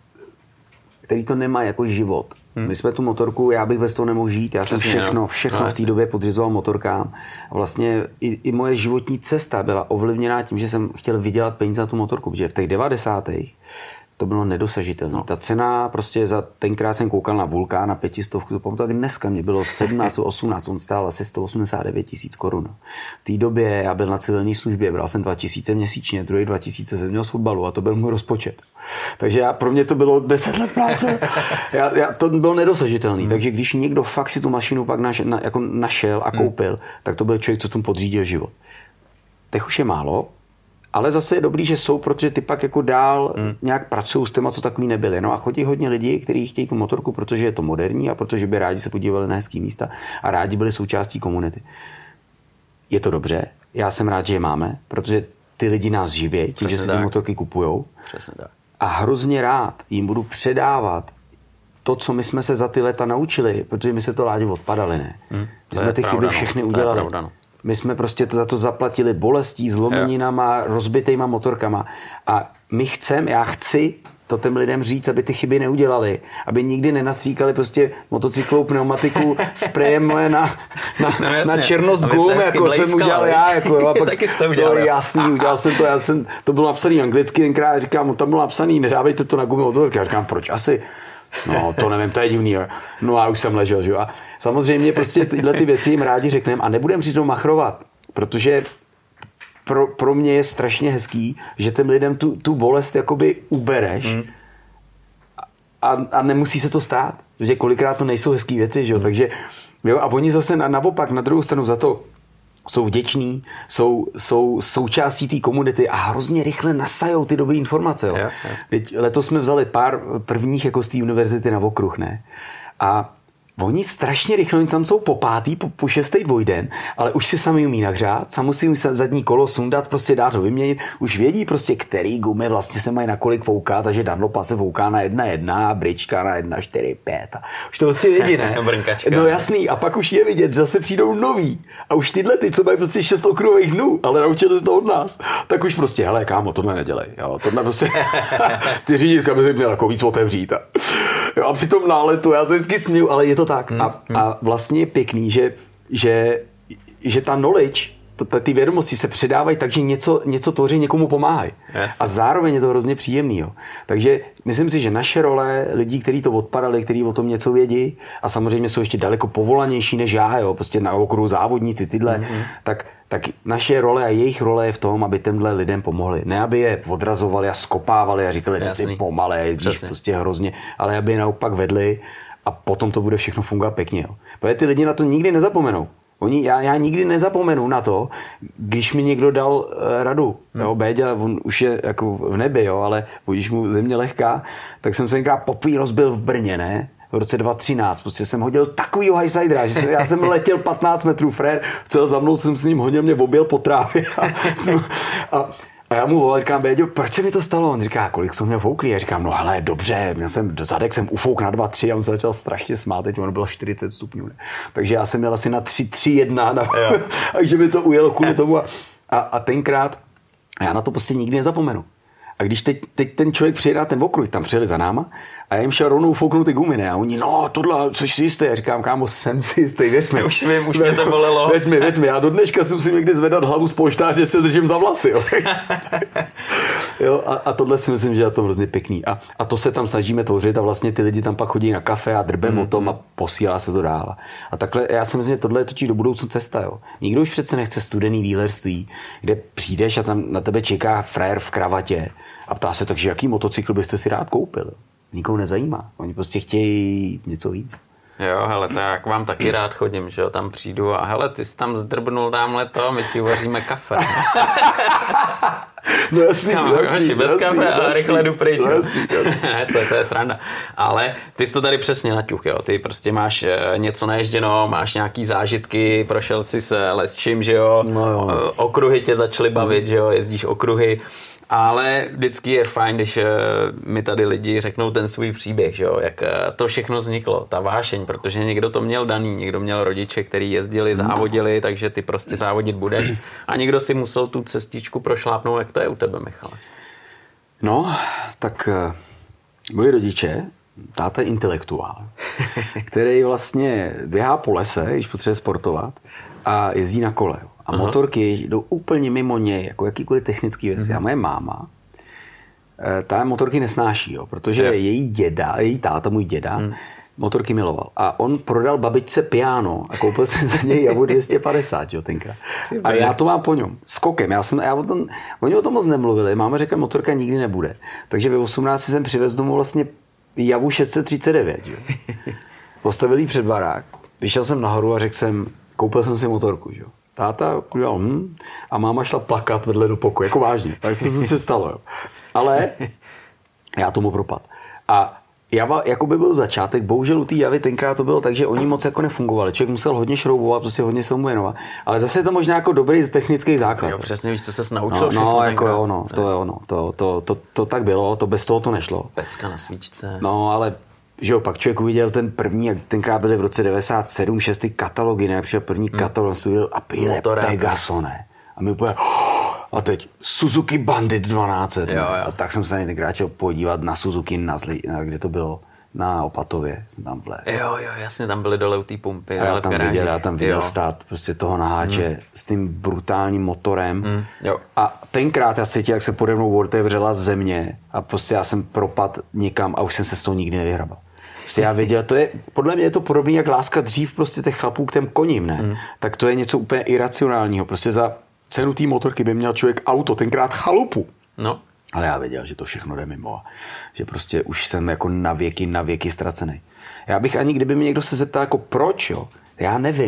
který to nemá jako život. Hmm. My jsme tu motorku, já bych bez toho nemohl žít, já Přesně, jsem všechno, všechno no, v té době podřizoval motorkám a vlastně i, i moje životní cesta byla ovlivněná tím, že jsem chtěl vydělat peníze na tu motorku, protože v těch devadesátých to bylo nedosažitelné. No. Ta cena, prostě za tenkrát jsem koukal na Vulkán na pětistovku, to pamatuju, dneska mě bylo sedmnáct, osmnáct, on stál asi sto osmdesát devět tisíc korun. V té době já byl na civilní službě, bral jsem dva tisíce měsíčně, druhý dva tisíce jsem měl z fotbalu a to byl můj rozpočet. Takže já, pro mě to bylo deset let práce. Já, já, to bylo nedosažitelný. Hmm. Takže když někdo fakt si tu mašinu pak naš, na, jako našel a koupil, hmm. tak to byl člověk, co tomu podřídil život. Těch už je málo, ale zase je dobrý, že jsou, protože ty pak jako dál hmm. nějak pracují s těma, co takový nebyli. No a chodí hodně lidí, kteří chtějí tu motorku, protože je to moderní a protože by rádi se podívali na hezký místa a rádi byli součástí komunity. Je to dobře, já jsem rád, že je máme, protože ty lidi nás živí tím, Přesně že si tak. ty motorky kupujou. Přesně tak. A hrozně rád jim budu předávat to, co my jsme se za ty leta naučili, protože my se to, Láďo, odpadali, ne? Hmm, my jsme ty pravda, chyby všechny no. udělali. Pravda, no. My jsme prostě to za to zaplatili bolestí, zlomeninama, rozbitejma motorkama. A my chceme, já chci to těm lidem říct, aby ty chyby neudělali. Aby nikdy nenastříkali prostě motocyklou pneumatiku sprejem moje na, na, no na černost gum, jako jsem udělal já. Jako, jo, a pak taky jste udělal. To jasný, udělal jsem to, já jsem, to bylo napsaný anglicky, tenkrát říkám, tam bylo napsaný, nedávejte to na gumy motorky. Já říkám, proč asi? No, to nevím, to je divný. No a už jsem ležel, že jo. A samozřejmě prostě tyhle ty věci jim rádi řekneme a nebudeme si to machrovat, protože pro, pro mě je strašně hezký, že těm lidem tu, tu bolest jakoby ubereš mm. a, a nemusí se to stát, protože kolikrát to nejsou hezký věci, že jo. Mm. Takže, jo, a oni zase na, naopak, na druhou stranu za to jsou vděční, jsou, jsou součástí té komunity a hrozně rychle nasajou ty dobré informace. Jo. Yeah, yeah. Letos jsme vzali pár prvních jako z té univerzity na okruh, ne? A oni strašně rychle, oni tam jsou po pátý, po, po šestý dvojden, ale už si sami umí nahřát, sam musí zadní kolo sundat, prostě dát ho vyměnit, už vědí prostě, který gumy vlastně se mají na kolik fouká, takže Dunlopa se fouká na jedna jedna, Bridgeka na jedna čtyři pět a už to prostě vědí, ne? No jasný, a pak už je vidět, že zase přijdou noví a už tyhle ty, co mají prostě šest okruhových dnů, ale naučili se to od nás, tak už prostě, hele kámo, tohle nedělej, jo, tohle prostě, ty řídítka by měl jako víc otevřít a, jo, a při tom náletu, já se vždycky směju, ale je to tak. Hmm, a, hmm. a vlastně je pěkný, že, že, že ta knowledge, to, ty vědomosti se předávají tak, že něco, něco tvoří, někomu pomáhají. Yes. A zároveň je to hrozně příjemný. Jo. Takže myslím si, že naše role lidí, kteří to odpadali, kteří o tom něco vědí a samozřejmě jsou ještě daleko povolanější než já, jo, prostě na okruhu závodníci tyhle, mm-hmm. tak, tak naše role a jejich role je v tom, aby těmhle lidem pomohli. Ne, aby je odrazovali a skopávali a říkali, ty jsi pomalé, jezdíš prostě hrozně, ale aby je naopak vedli a potom to bude všechno fungovat pěkně. Jo. Protože ty lidi na to nikdy nezapomenou. Oni, já, já nikdy nezapomenu na to, když mi někdo dal uh, radu. Hmm. Jo, Béďa, on už je jako v nebi, jo, ale když mu země lehká, tak jsem se tenkrát poprvé rozbil v Brně, ne? V roce dva tisíce třináct. Prostě jsem hodil takovýho highsidera, že jsem, já jsem letěl patnáct metrů, frér, cel za mnou jsem s ním hodil, mě objel po trávě. A, a, a já mu volal, říkám, Béďo, proč se mi to stalo? On říká, kolik jsem měl fouklý? Já říkám, no hele, dobře, měl jsem, zadek jsem ufouk na dva tři a on se začal strašně smát, teď ono bylo čtyřicet stupňů. Ne? Takže já jsem měl asi na tři tři jedna, na, takže mi to ujelo kvůli tomu. A, a, a tenkrát, a já na to prostě nikdy nezapomenu. A když teď, teď ten člověk přijede na ten okruh, tam přijeli za náma a já jim šel rovnou fouknout ty gumy, ne? A oni, no tohle, což si jistý. Já říkám, kámo, jsem si jistý, věř mi. Už vím, už mě to bolelo. Věř mi, věř mi, já do dneška si musím někdy zvedat hlavu z polštáře, že se držím za vlasy. Jo? jo, a, a tohle si myslím, že je to hrozně pěkný. A, a to se tam snažíme tvořit a vlastně ty lidi tam pak chodí na kafe a drbem mm. o tom a posílá se to dál. A takhle, já si myslím, že tohle je totiž do budoucna cesta. Jo? Nikdo už přece nechce studený dealerství, kde přijdeš a tam na tebe čeká frér v kravatě a ptá se, takže jaký motocykl byste si rád koupil? Nikoho nezajímá. Oni prostě chtějí něco víc. Jo, hele, to já k vám taky rád chodím, že jo, tam přijdu a hele, ty jsi tam zdrbnul tamhle to, my ti uvaříme kafe. No jasný, Kam, jasný, bez jasný, kafe jasný, a rychle jdu pryč. No jasný, jasný. Ne, to, to je sranda. Ale ty jsi to tady přesně naťuch, jo. Ty prostě máš něco naježděno, máš nějaký zážitky, prošel jsi s lesčím, že jo. No, jo. Okruhy tě začaly bavit, že jo, jezdíš okruhy. Ale vždycky je fajn, když mi tady lidi řeknou ten svůj příběh, že jo, jak to všechno vzniklo, ta vášeň, protože někdo to měl daný, někdo měl rodiče, který jezdili, závodili, takže ty prostě závodit budeš a někdo si musel tu cestičku prošlápnout. Jak to je u tebe, Michale? No, tak moji rodiče, táta je intelektuál, který vlastně běhá po lese, když potřebuje sportovat a jezdí na kole. A Aha. motorky jdou úplně mimo něj, jako jakýkoliv technický věci. Mm-hmm. A moje máma, ta motorky nesnáší, jo, protože je. její děda, její táta, můj děda, mm. motorky miloval. A on prodal babičce piano a koupil jsem za něj Javu dvě stě padesát, jo, tenkrát. A já to mám po něm. Skokem. Já jsem, já o tom, oni o tom moc nemluvili. Máma řekla, motorka nikdy nebude. Takže ve osmnácti jsem přivez domů vlastně Javu šest set třicet devět, jo. Postavil jí před barák. Vyšel jsem nahoru a řekl jsem, koupil jsem si motorku, jo. Táta udělal hm, a máma šla plakat vedle do pokoje, jako vážně. Tak se to se stalo. Jo. Ale já tomu propad. A Java jako by byl začátek, bohužel u té Javy tenkrát to bylo tak, že oni moc jako nefungovali. Člověk musel hodně šroubovat, prostě hodně se mu věnovat. Ale zase je to možná jako dobrý technický základ. Jo, přesně víš, co ses naučil. No, no jako jo, no, to je ono. To, to, to, to tak bylo, to bez toho to nešlo. Pecka na svíčce. No, ale že jo, pak člověk uviděl ten první, tenkrát byly v roce devadesát sedm, šest ty katalogy, ne, přišel první hmm. katalog, studiel a přijde Pegaso, ne. A my úplně, oh, a teď Suzuki Bandit dvanáct set. Jo, jo. A tak jsem se na ně tenkrát chtěl podívat na Suzuki, na Zli, kde to bylo, na Opatově, jsem tam vlez. Jo, jo, jasně, tam byly dole u té pumpy. A já tam viděl, já tam viděl jo. stát prostě toho naháče hmm. s tím brutálním motorem. Hmm. Jo. A tenkrát já cítil, jak se pode mnou otevřela země a prostě já jsem propad někam a už jsem se z toho nikdy nevyhrabal. Prostě já věděl, to je, podle mě je to podobné jak láska dřív prostě těch chlapů k těm koním, ne? Hmm. Tak to je něco úplně iracionálního. Prostě za cenu té motorky by měl člověk auto, tenkrát chalupu. No. Ale já věděl, že to všechno jde mimo. Že prostě už jsem jako na věky, na věky ztracený. Já bych ani, kdyby mi někdo se zeptal jako proč, jo, já nevím.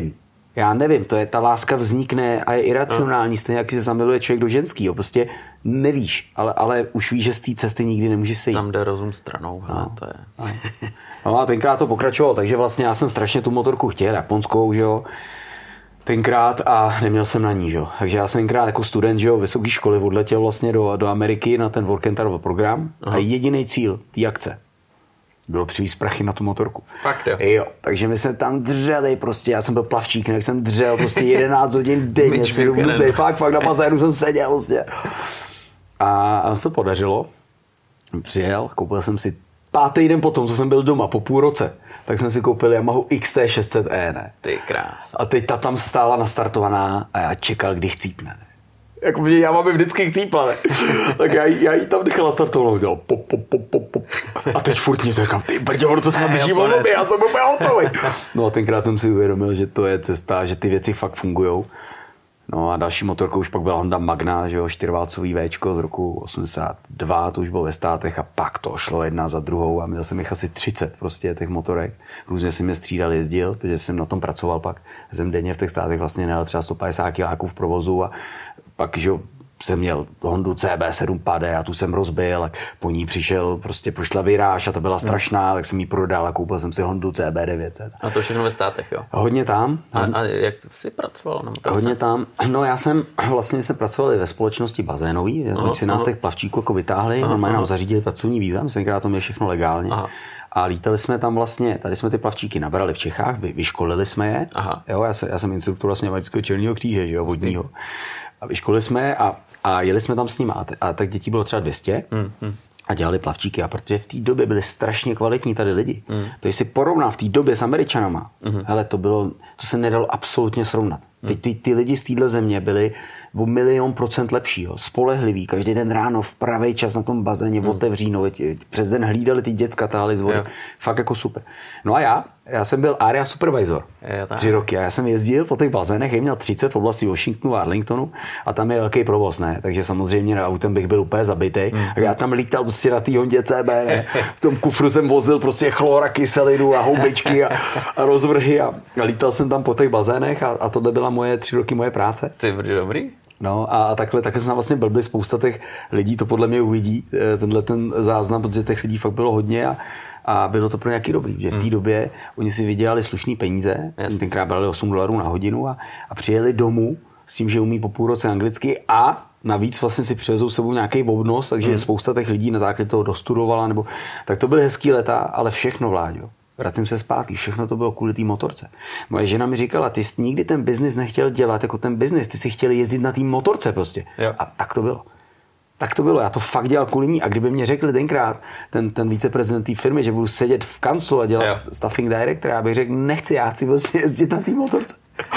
Já nevím, to je, ta láska vznikne a je iracionální, stejně jak se zamiluje člověk do ženskýho, prostě nevíš, ale, ale už víš, že z té cesty nikdy nemůžeš sejít. Tam jde rozum stranou, hele, no. to je. No a tenkrát to pokračovalo, takže vlastně já jsem strašně tu motorku chtěl, japonskou, že jo, tenkrát a neměl jsem na ní, že jo. Takže já jsem tenkrát jako student, že jo, vysoké školy odletěl vlastně do, do Ameriky na ten work and travel program. Aha. A jediný cíl té akce bylo přivízt prachy na tu motorku. Fakt jo. Jo, takže my jsme tam dřeli prostě, já jsem byl plavčík, jak jsem dřel prostě jedenáct hodin denně, si, fakt, fakt na bazénu jsem seděl prostě. A, a se to podařilo, přijel, koupil jsem si pátý den potom, co jsem byl doma, po půl roce, tak jsem si koupil Yamahu X T šest set E, ne? Ty krás. A teď ta tam stála nastartovaná a já čekal, kdy chcípne, ne? Jako, že já mám vždycky chcípla, ne? Tak já, já jí tam nechal nastartovanou, dělal pop, pop, pop, pop, pop. A teď furt nic říkám, ty brdě, ono to snad drží volobě, já jsem úplně hotový. No a tenkrát jsem si uvědomil, že to je cesta, že ty věci fakt fungujou. No a další motorkou už pak byla Honda Magna, že jo, čtyřválcový Véčko z roku osmdesát dva, to už bylo ve Státech a pak to šlo jedna za druhou a měl jsem jich asi třicet prostě těch motorek. Různě jsem je střídal, jezdil, protože jsem na tom pracoval pak. Jsem denně v těch Státech vlastně nejel třeba sto padesát kiláků v provozu a pak, že jo, jsem měl Hondu C B sedm Pade a tu jsem rozbil a po ní přišel, prostě prošla viráž a ta byla strašná, tak jsem ji prodal a koupil jsem si Hondu C B devět set. A to všechno ve Státech, jo? Hodně tam. A, a jak jsi pracoval na motorce? Hodně tam. No já jsem, vlastně jsme pracovali ve společnosti bazénový, oni si nás těch plavčíků jako vytáhli, normálně nám zařídili pracovní víza, myslím, že to měli všechno legálně. Aha. A lítali jsme tam vlastně, tady jsme ty plavčíky nabrali v Čechách, vy, vyškolili jsme je. Aha. Jo, já, jsem, já jsem instruktor vlastně amerického Černého kříže, že jo, vodního. A vyškolili jsme je a, a jeli jsme tam s nimi. A, t- a tak dětí bylo třeba dvě stě mm, mm. a dělali plavčíky. A protože v té době byli strašně kvalitní tady lidi. Mm. To když si porovná v té době s Američanama, mm. hele, to bylo, to se nedalo absolutně srovnat. Mm. Teď ty, ty lidi z téhle země byli o milion procent lepší, jo. Spolehliví, každý den ráno v pravý čas na tom bazéně, mm. otevří, no, přes den hlídali ty děcka, táhli z vody. Jo. Fakt jako super. No a já, já jsem byl area supervisor je, tři roky a já jsem jezdil po těch bazénech, já měl třicet v oblasti Washingtonu a Arlingtonu a tam je velký provoz, ne? Takže samozřejmě na autem bych byl úplně zabitej. Mm. A já tam lítal prostě na té Hondě C B, ne? V tom kufru jsem vozil prostě chlora, kyselinu a houbičky a, a rozvrhy a, a lítal jsem tam po těch bazénech a, a tohle byla moje tři roky moje práce. Ty byli dobrý? No a, a takhle, takhle se nám vlastně blbli, spousta těch lidí to podle mě uvidí, tenhle ten záznam, protože těch lidí fakt bylo hodně a, a bylo to pro nějaký dobrý, že v té hmm. době oni si vydělali slušný peníze, oni tenkrát brali osm dolarů na hodinu a, a přijeli domů s tím, že umí po půl roce anglicky a navíc vlastně si přivezou sebou nějaký obnos, takže hmm. spousta těch lidí na základě toho dostudovala, nebo tak to byly hezký leta, ale všechno, Vláďo. Vracím se zpátky, všechno to bylo kvůli té motorce. Moje žena mi říkala, ty jsi nikdy ten biznis nechtěl dělat jako ten biznis, ty si chtěl jezdit na té motorce prostě. Jo. A tak to bylo. Tak to bylo, já to fakt dělal kvůli ní. A kdyby mě řekli tenkrát, ten, ten viceprezident té firmy, že budu sedět v kanclu a dělat jo. staffing director, já bych řekl, nechci, já chci prostě jezdit na té motorce.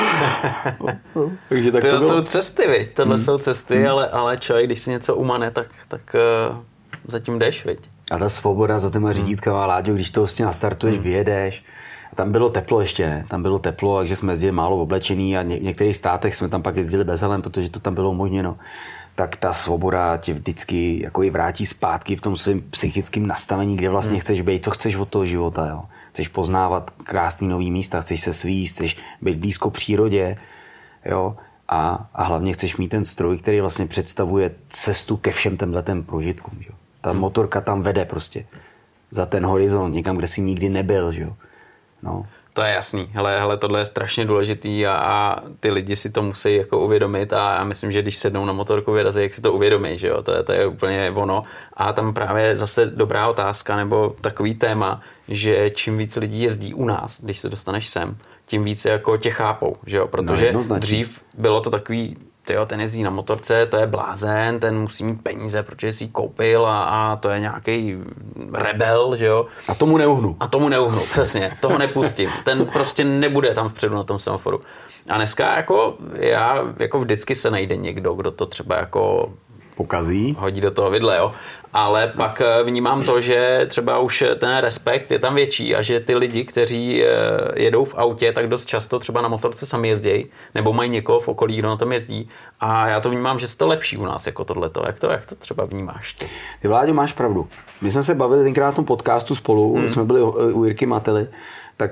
no, no. Takže tak to, to jsou cesty, viď? Tohle hmm. jsou cesty, hmm. ale, ale člověk, když si něco umane, tak, tak uh, zatím jdeš, viď? A ta svoboda za těma řídítkama, Láďo, když to vlastně nastartuješ, hmm. vyjedeš. Tam bylo teplo ještě, ne? Tam bylo teplo, takže jsme jezdili málo oblečený a ně, v některých státech jsme tam pak jezdili bez helem, protože to tam bylo umožněno. Tak ta svoboda tě vždycky jako i vrátí zpátky v tom svém psychickém nastavení, kde vlastně hmm. chceš být, co chceš od toho života. Jo? Chceš poznávat krásný nový místa, chceš se svíst, chceš být blízko přírodě, jo? A, a hlavně chceš mít ten stroj, který vlastně představuje cestu ke všem těmhletem prožitkům. Jo? Ta hmm. motorka tam vede prostě za ten horizont, někam, kde jsi nikdy nebyl. Jo? No. To je jasný. Hele, hele, tohle je strašně důležitý a, a ty lidi si to musí jako uvědomit a já myslím, že když sednou na motorku vyrazí, jak si to uvědomí, že jo, to je, to je úplně ono. A tam právě zase dobrá otázka nebo takový téma, že čím víc lidí jezdí u nás, když se dostaneš sem, tím víc jako tě chápou, že jo, protože no, dřív bylo to takový, tyjo, ten jezdí na motorce, to je blázen, ten musí mít peníze, protože si ji koupil a, a to je nějaký rebel, že jo. A tomu neuhnu. A tomu neuhnu, přesně, toho nepustím. Ten prostě nebude tam vpředu na tom semaforu. A dneska jako já, jako vždycky se najde někdo, kdo to třeba jako pokazí, hodí do toho vidle, jo. Ale pak vnímám to, že třeba už ten respekt je tam větší a že ty lidi, kteří jedou v autě, tak dost často třeba na motorce sami jezdějí, nebo mají někoho v okolí, kdo na tom jezdí. A já to vnímám, že je to lepší u nás jako tohleto. Jak to, jak to třeba vnímáš ty? Ty, Vláďo, máš pravdu. My jsme se bavili tenkrát na tom podcastu spolu, hmm. jsme byli u Jirky Mately, tak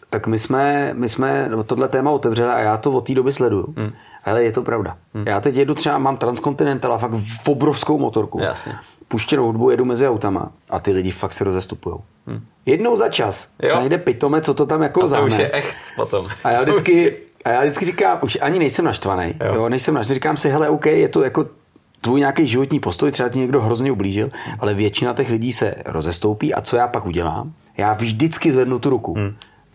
tak my jsme, my jsme tohle téma otevřeli a já to od té doby sleduju. Hmm. Ale je to pravda. Hmm. Já teď jedu třeba, mám Transcontinental a fakt v obrovskou motorku. Jasně. Puštěnou hudbu, jedu mezi autama a ty lidi fakt se rozestupujou. Hmm. Jednou za čas se najde pitome, co to tam jako zahne. A to už je echt potom. A já vždycky, a já vždycky říkám, už ani nejsem naštvaný, jo. Jo, nejsem naštvaný, říkám si, hele, OK, je to jako tvůj nějaký životní postoj, třeba ti někdo hrozně ublížil, hmm. ale většina těch lidí se rozestoupí a co já pak udělám? Já vždycky zvednu tu ruku. Hmm.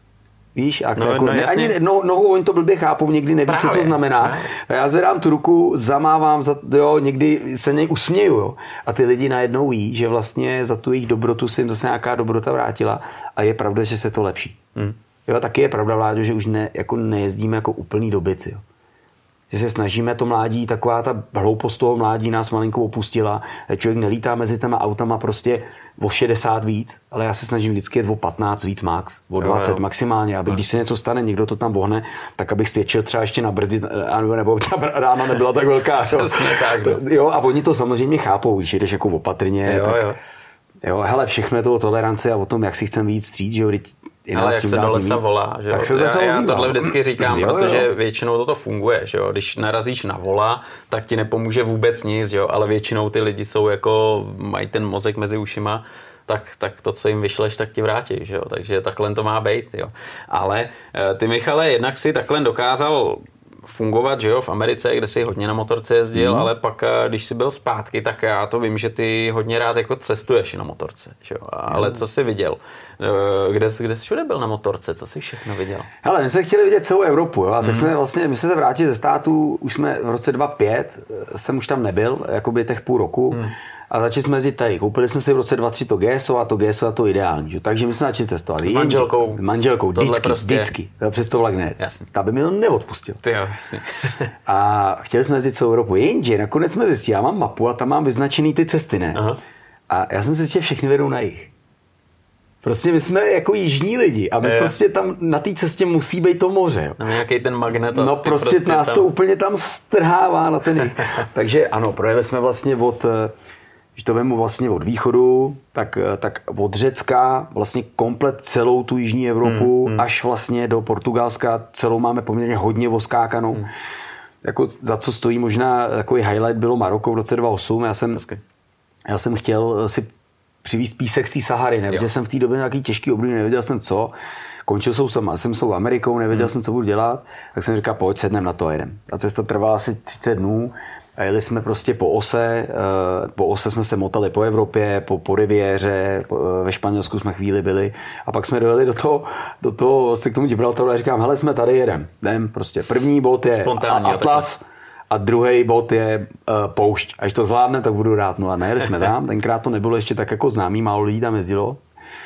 Víš, a no, jako, no, ne, ani no, nohou oni to blbě chápou, někdy neví, Právě. co to znamená. Právě. A já zvedám tu ruku, zamávám, za, jo, někdy se něj usměju. Jo. A ty lidi najednou ví, že vlastně za tu jejich dobrotu se jim zase nějaká dobrota vrátila a je pravda, že se to lepší. Hmm. Jo, taky je pravda, Vláďo, že už ne, jako nejezdíme jako úplný dobyci. Jo. Že se snažíme to mládí, taková ta hloupost toho mládí nás malinko opustila. Člověk nelítá mezi těma autama prostě o šedesát víc, ale já se snažím vždycky jet o patnáct víc max, o dvacet jo, jo. maximálně, aby když se něco stane, někdo to tam vohne, tak abych svědčil třeba ještě na brzdit, nebo ta rána nebyla tak velká. tak, to, jo, a oni to samozřejmě chápou, že jdeš jako opatrně. Jo, tak, jo. jo, hele, všechno je to o toleranci a o tom, jak si chceme víc vstříc, že jo, ale jak se do lesa volá, že jo? Tak se já, já ozývá. tohle vždycky říkám, jo, protože jo. většinou toto funguje, že jo? Když narazíš na vola, tak ti nepomůže vůbec nic, že jo? Ale většinou ty lidi jsou jako, mají ten mozek mezi ušima, tak, tak to, co jim vyšleš, tak ti vrátí, že jo? Takže takhle to má být, jo? Ale ty, Michale, jednak si takhle dokázal fungovat, že jo, v Americe, kde jsi hodně na motorce jezdil, mm. ale pak, když jsi byl zpátky, tak já to vím, že ty hodně rád jako cestuješ na motorce, že jo, ale co jsi viděl? Kde, kde jsi všude byl na motorce? Co jsi všechno viděl? Hele, my jsme chtěli vidět celou Evropu, jo, a tak mm. jsme vlastně, my jsme se vrátili ze států, už jsme v roce dva tisíce pět, jsem už tam nebyl, jakoby těch půl roku, mm. a začali jsme jezdit tady. Koupili jsme si v roce dva tisíce tři to G S O a to G S O a to ideální. Že? Takže my jsme začali cestovat. S manželkou. S manželkou, vždycky, prostě... vždycky. Přes to vlak ne. Jasně. Ta by mi to neodpustil. Ty jo, jasně. A chtěli jsme jezdit celou Evropu. Jenže nakonec jsme zjistili, já mám mapu a tam mám vyznačený ty cesty, ne? Aha. A já jsem si zjistil, všechny vedou na jih. Prostě my jsme jako jižní lidi a my je. prostě tam na té cestě musí být to moře. Jo. Tam nějaký ten magnet. No prostě, prostě nás tam... to úplně tam strhává na ten jih. Takže ano, projeli jsme vlastně od... Když to vemu vlastně od východu, tak, tak od Řecka vlastně komplet celou tu jižní Evropu, hmm, hmm. až vlastně do Portugalska, celou máme poměrně hodně oskákanou. Hmm. Jako za co stojí možná takový highlight bylo Maroko v roce dva tisíce osm. Já jsem, já jsem chtěl si přivízt písek z té Sahary, ne? Protože jsem v té době nějaký těžký období, nevěděl jsem co. Končil jsem sama, jsem s tou Amerikou, nevěděl hmm. jsem, co budu dělat. Tak jsem říkal, pojď, sednem na to a jedem. Ta cesta trvala asi třicet dnů. A jeli jsme prostě po ose, po ose jsme se motali po Evropě, po, po Riviéře, ve Španělsku jsme chvíli byli a pak jsme dojeli do toho, do toho vlastně k tomu Gibraltaru a říkám, hele, jsme tady, jedem, jdem, prostě první bod je Atlas a druhý bod je uh, poušť. A když to zvládne, tak budu rád. No a nejeli jsme tam, tenkrát to nebylo ještě tak jako známý, málo lidí tam jezdilo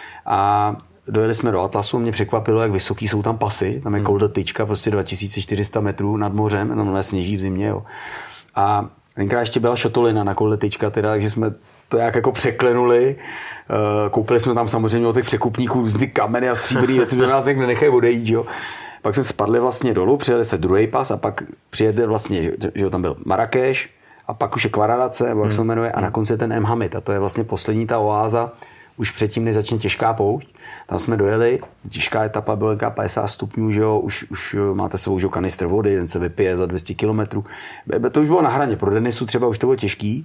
a dojeli jsme do Atlasu, mě překvapilo, jak vysoký jsou tam pasy, tam je Col de Tyčka, prostě dva tisíce čtyři sta metrů nad mořem, no sněží v zimě, jo. A tenkrát ještě byla šotolina na Col de Tyčka, teda, takže jsme to nějak jako překlenuli. Koupili jsme tam samozřejmě od těch překupníků různý kameny a stříbrný věci, že nás někde nenechají odejít, jo. Pak jsme spadli vlastně dolů, přijeli se druhý pas a pak přijede vlastně, že, že tam byl Marrakeš a pak už je Kvaradace, nebo jak hmm. se to jmenuje, a na konci je ten M Hamid a to je vlastně poslední ta oáza, už předtím, než začne těžká poušť. Tam jsme dojeli, těžká etapa byla padesát stupňů, že jo, už, už máte sebou, že jo, kanistr vody, ten se vypije za dvě stě kilometrů. To už bylo na hraně, pro Denisu třeba už to bylo těžký,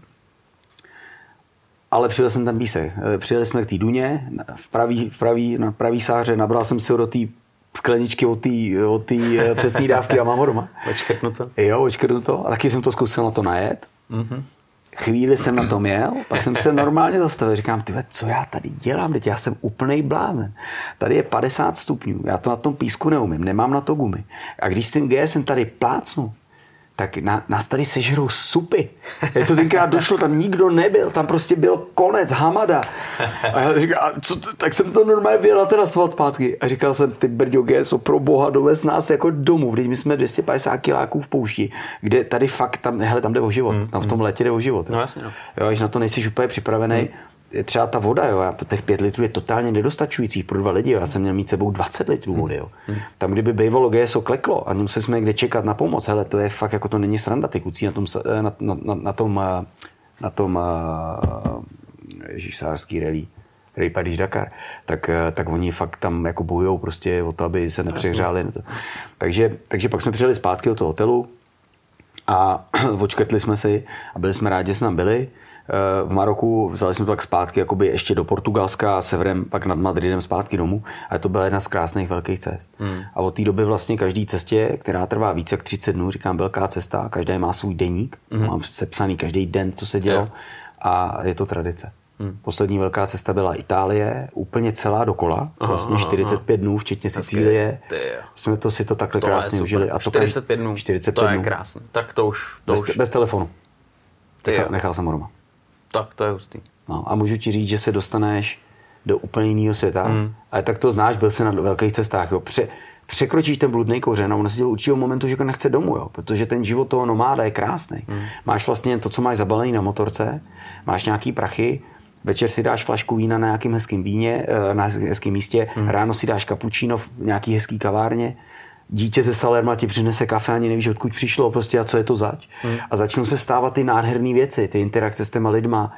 ale přijel jsem tam písek. Přijeli jsme k té Duně, v pravý, v pravý, na pravý Sáře, nabral jsem si ho do té skleničky od té od přesní dávky a mám ho doma. Očkrtnu to? Jo, očkrtnu to. A taky jsem to zkusil na to najet. Mm-hmm. Chvíli jsem na tom jel, pak jsem se normálně zastavil. Říkám, tyve, co já tady dělám? Teď já jsem úplnej blázen. Tady je padesát stupňů, já to na tom písku neumím, nemám na to gumy. A když s tím G S M tady plácnu, tak na, nás tady sežerou supy. Jak to tenkrát došlo, tam nikdo nebyl, tam prostě byl konec Hamada. A já říkal, co, tak jsem to normálně vyjel na ten asfalt zpátky. A říkal jsem, ty brďo G S O, pro boha, dovez nás jako domů. Vždyť my jsme dvě stě padesát kiláků v poušti, kde tady fakt, tam, hele, tam jde o život. Tam v tom létě jde o život. No jasně, no. Jo, když na to nejsi úplně připravený, hmm. třeba ta voda, jo, těch pět litrů je totálně nedostačujících pro dva lidi, jo. Já jsem měl mít sebou dvacet litrů vody, jo. Hmm. Tam, kdyby bývalo G S O kleklo a nemuseli jsme někde čekat na pomoc, hele, to je fakt, jako to není sranda, ty kucí na tom, na, na, na, na tom, na tom, ježiš, sářský relí. Rally Paris Dakar, tak, tak oni fakt tam jako bojujou prostě o to, aby se nepřehřáli. Takže, takže pak jsme přijeli zpátky do toho hotelu a odškrtli jsme si a byli jsme rádi, že jsme tam byli. V Maroku vzali jsme to tak zpátky jakoby ještě do Portugalska a severem pak nad Madridem zpátky domů. A to byla jedna z krásných velkých cest. Hmm. A od té doby vlastně každý cestě, která trvá více jak třicet dnů, říkám velká cesta, každý má svůj deník, hmm. mám sepsaný každý den, co se dělo, a je to tradice. Hmm. Poslední velká cesta byla Itálie, úplně celá dokola, vlastně aha, čtyřicet pět aha. dnů, včetně Sicílie. Jsme to si to takhle to krásně užili. A to čtyřicet pět dnů, čtyřicet pět to je dnů. krásné. Tak to už... To bez, už... bez telefonu. Nechal, nechal jsem ho doma. Tak to je hustý. No, a můžu ti říct, že se dostaneš do úplně jiného světa. Hmm. Ale tak to znáš, byl jsi na velkých cestách. Jo. Pře, překročíš ten bludný kořen a ono se dělá určitého momentu, že nechce domů, jo. Protože ten život toho nomáda je krásný. Hmm. Máš vlastně to, co máš zabalený na motorce, máš nějaký prachy, večer si dáš flašku vína na nějakém hezkém víně, na hezkém místě, hmm. ráno si dáš kapučíno v nějaký hezký kavárně, dítě ze Salerma ti přinese kafe, ani nevíš, odkud přišlo prostě a co je to zač. Hmm. A začnou se stávat ty nádherné věci, ty interakce s těma lidma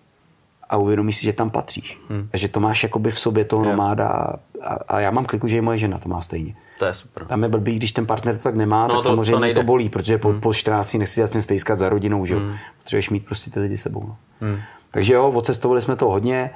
a uvědomíš si, že tam patříš. Hmm. A že to máš jakoby v sobě toho nomáda a, a já mám kliku, že i moje žena to má stejně. To je super. Tam je blbý, když ten partner to tak nemá, no, tak to, samozřejmě to, to bolí, protože po, hmm. po čtrnácti nechci jasně stejskat za rodinou, že hmm. potřebuješ mít prostě ty lidi sebou. No. Hmm. Takže jo, odcestovali jsme to hodně.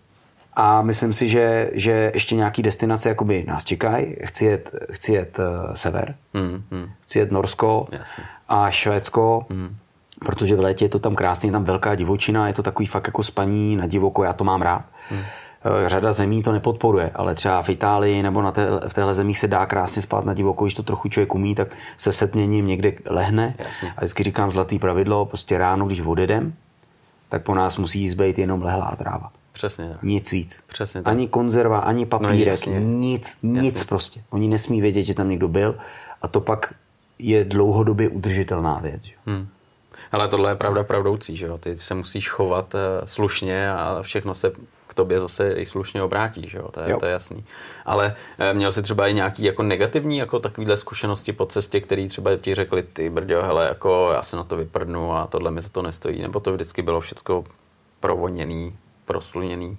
A myslím si, že, že ještě nějaký destinace jakoby nás čekají. Chci jet, chci jet uh, sever, mm, mm. chci jet Norsko Jasně. a Švédsko, mm. protože v létě je to tam krásně, je tam velká divočina, je to takový fakt jako spaní na divoko, já to mám rád. Mm. Uh, řada zemí to nepodporuje, ale třeba v Itálii nebo na té, v téhle zemích se dá krásně spát na divoko, když to trochu člověk umí, tak se setměním někde lehne. Jasně. A vždycky říkám zlatý pravidlo, prostě ráno, když odjedem, tak po nás musí zbejt jenom lehlá tráva. Přesně tak. Nic víc. Přesně tak. Ani konzerva, ani papírek, no, jasně. nic, nic jasně. prostě. Oni nesmí vědět, že tam někdo byl a to pak je dlouhodobě udržitelná věc. Že? Hmm. Ale tohle je pravda pravdoucí, že jo? Ty se musíš chovat uh, slušně a všechno se k tobě zase i slušně obrátí, že jo? To je, jo. To je jasný. Ale uh, měl jsi třeba i nějaký jako negativní jako takovýhle zkušenosti po cestě, který třeba ti řekli, ty brďo, hele, jako já se na to vyprdnu a tohle mi za to nestojí, nebo to vždycky bylo všecko provoněný, prosluněný?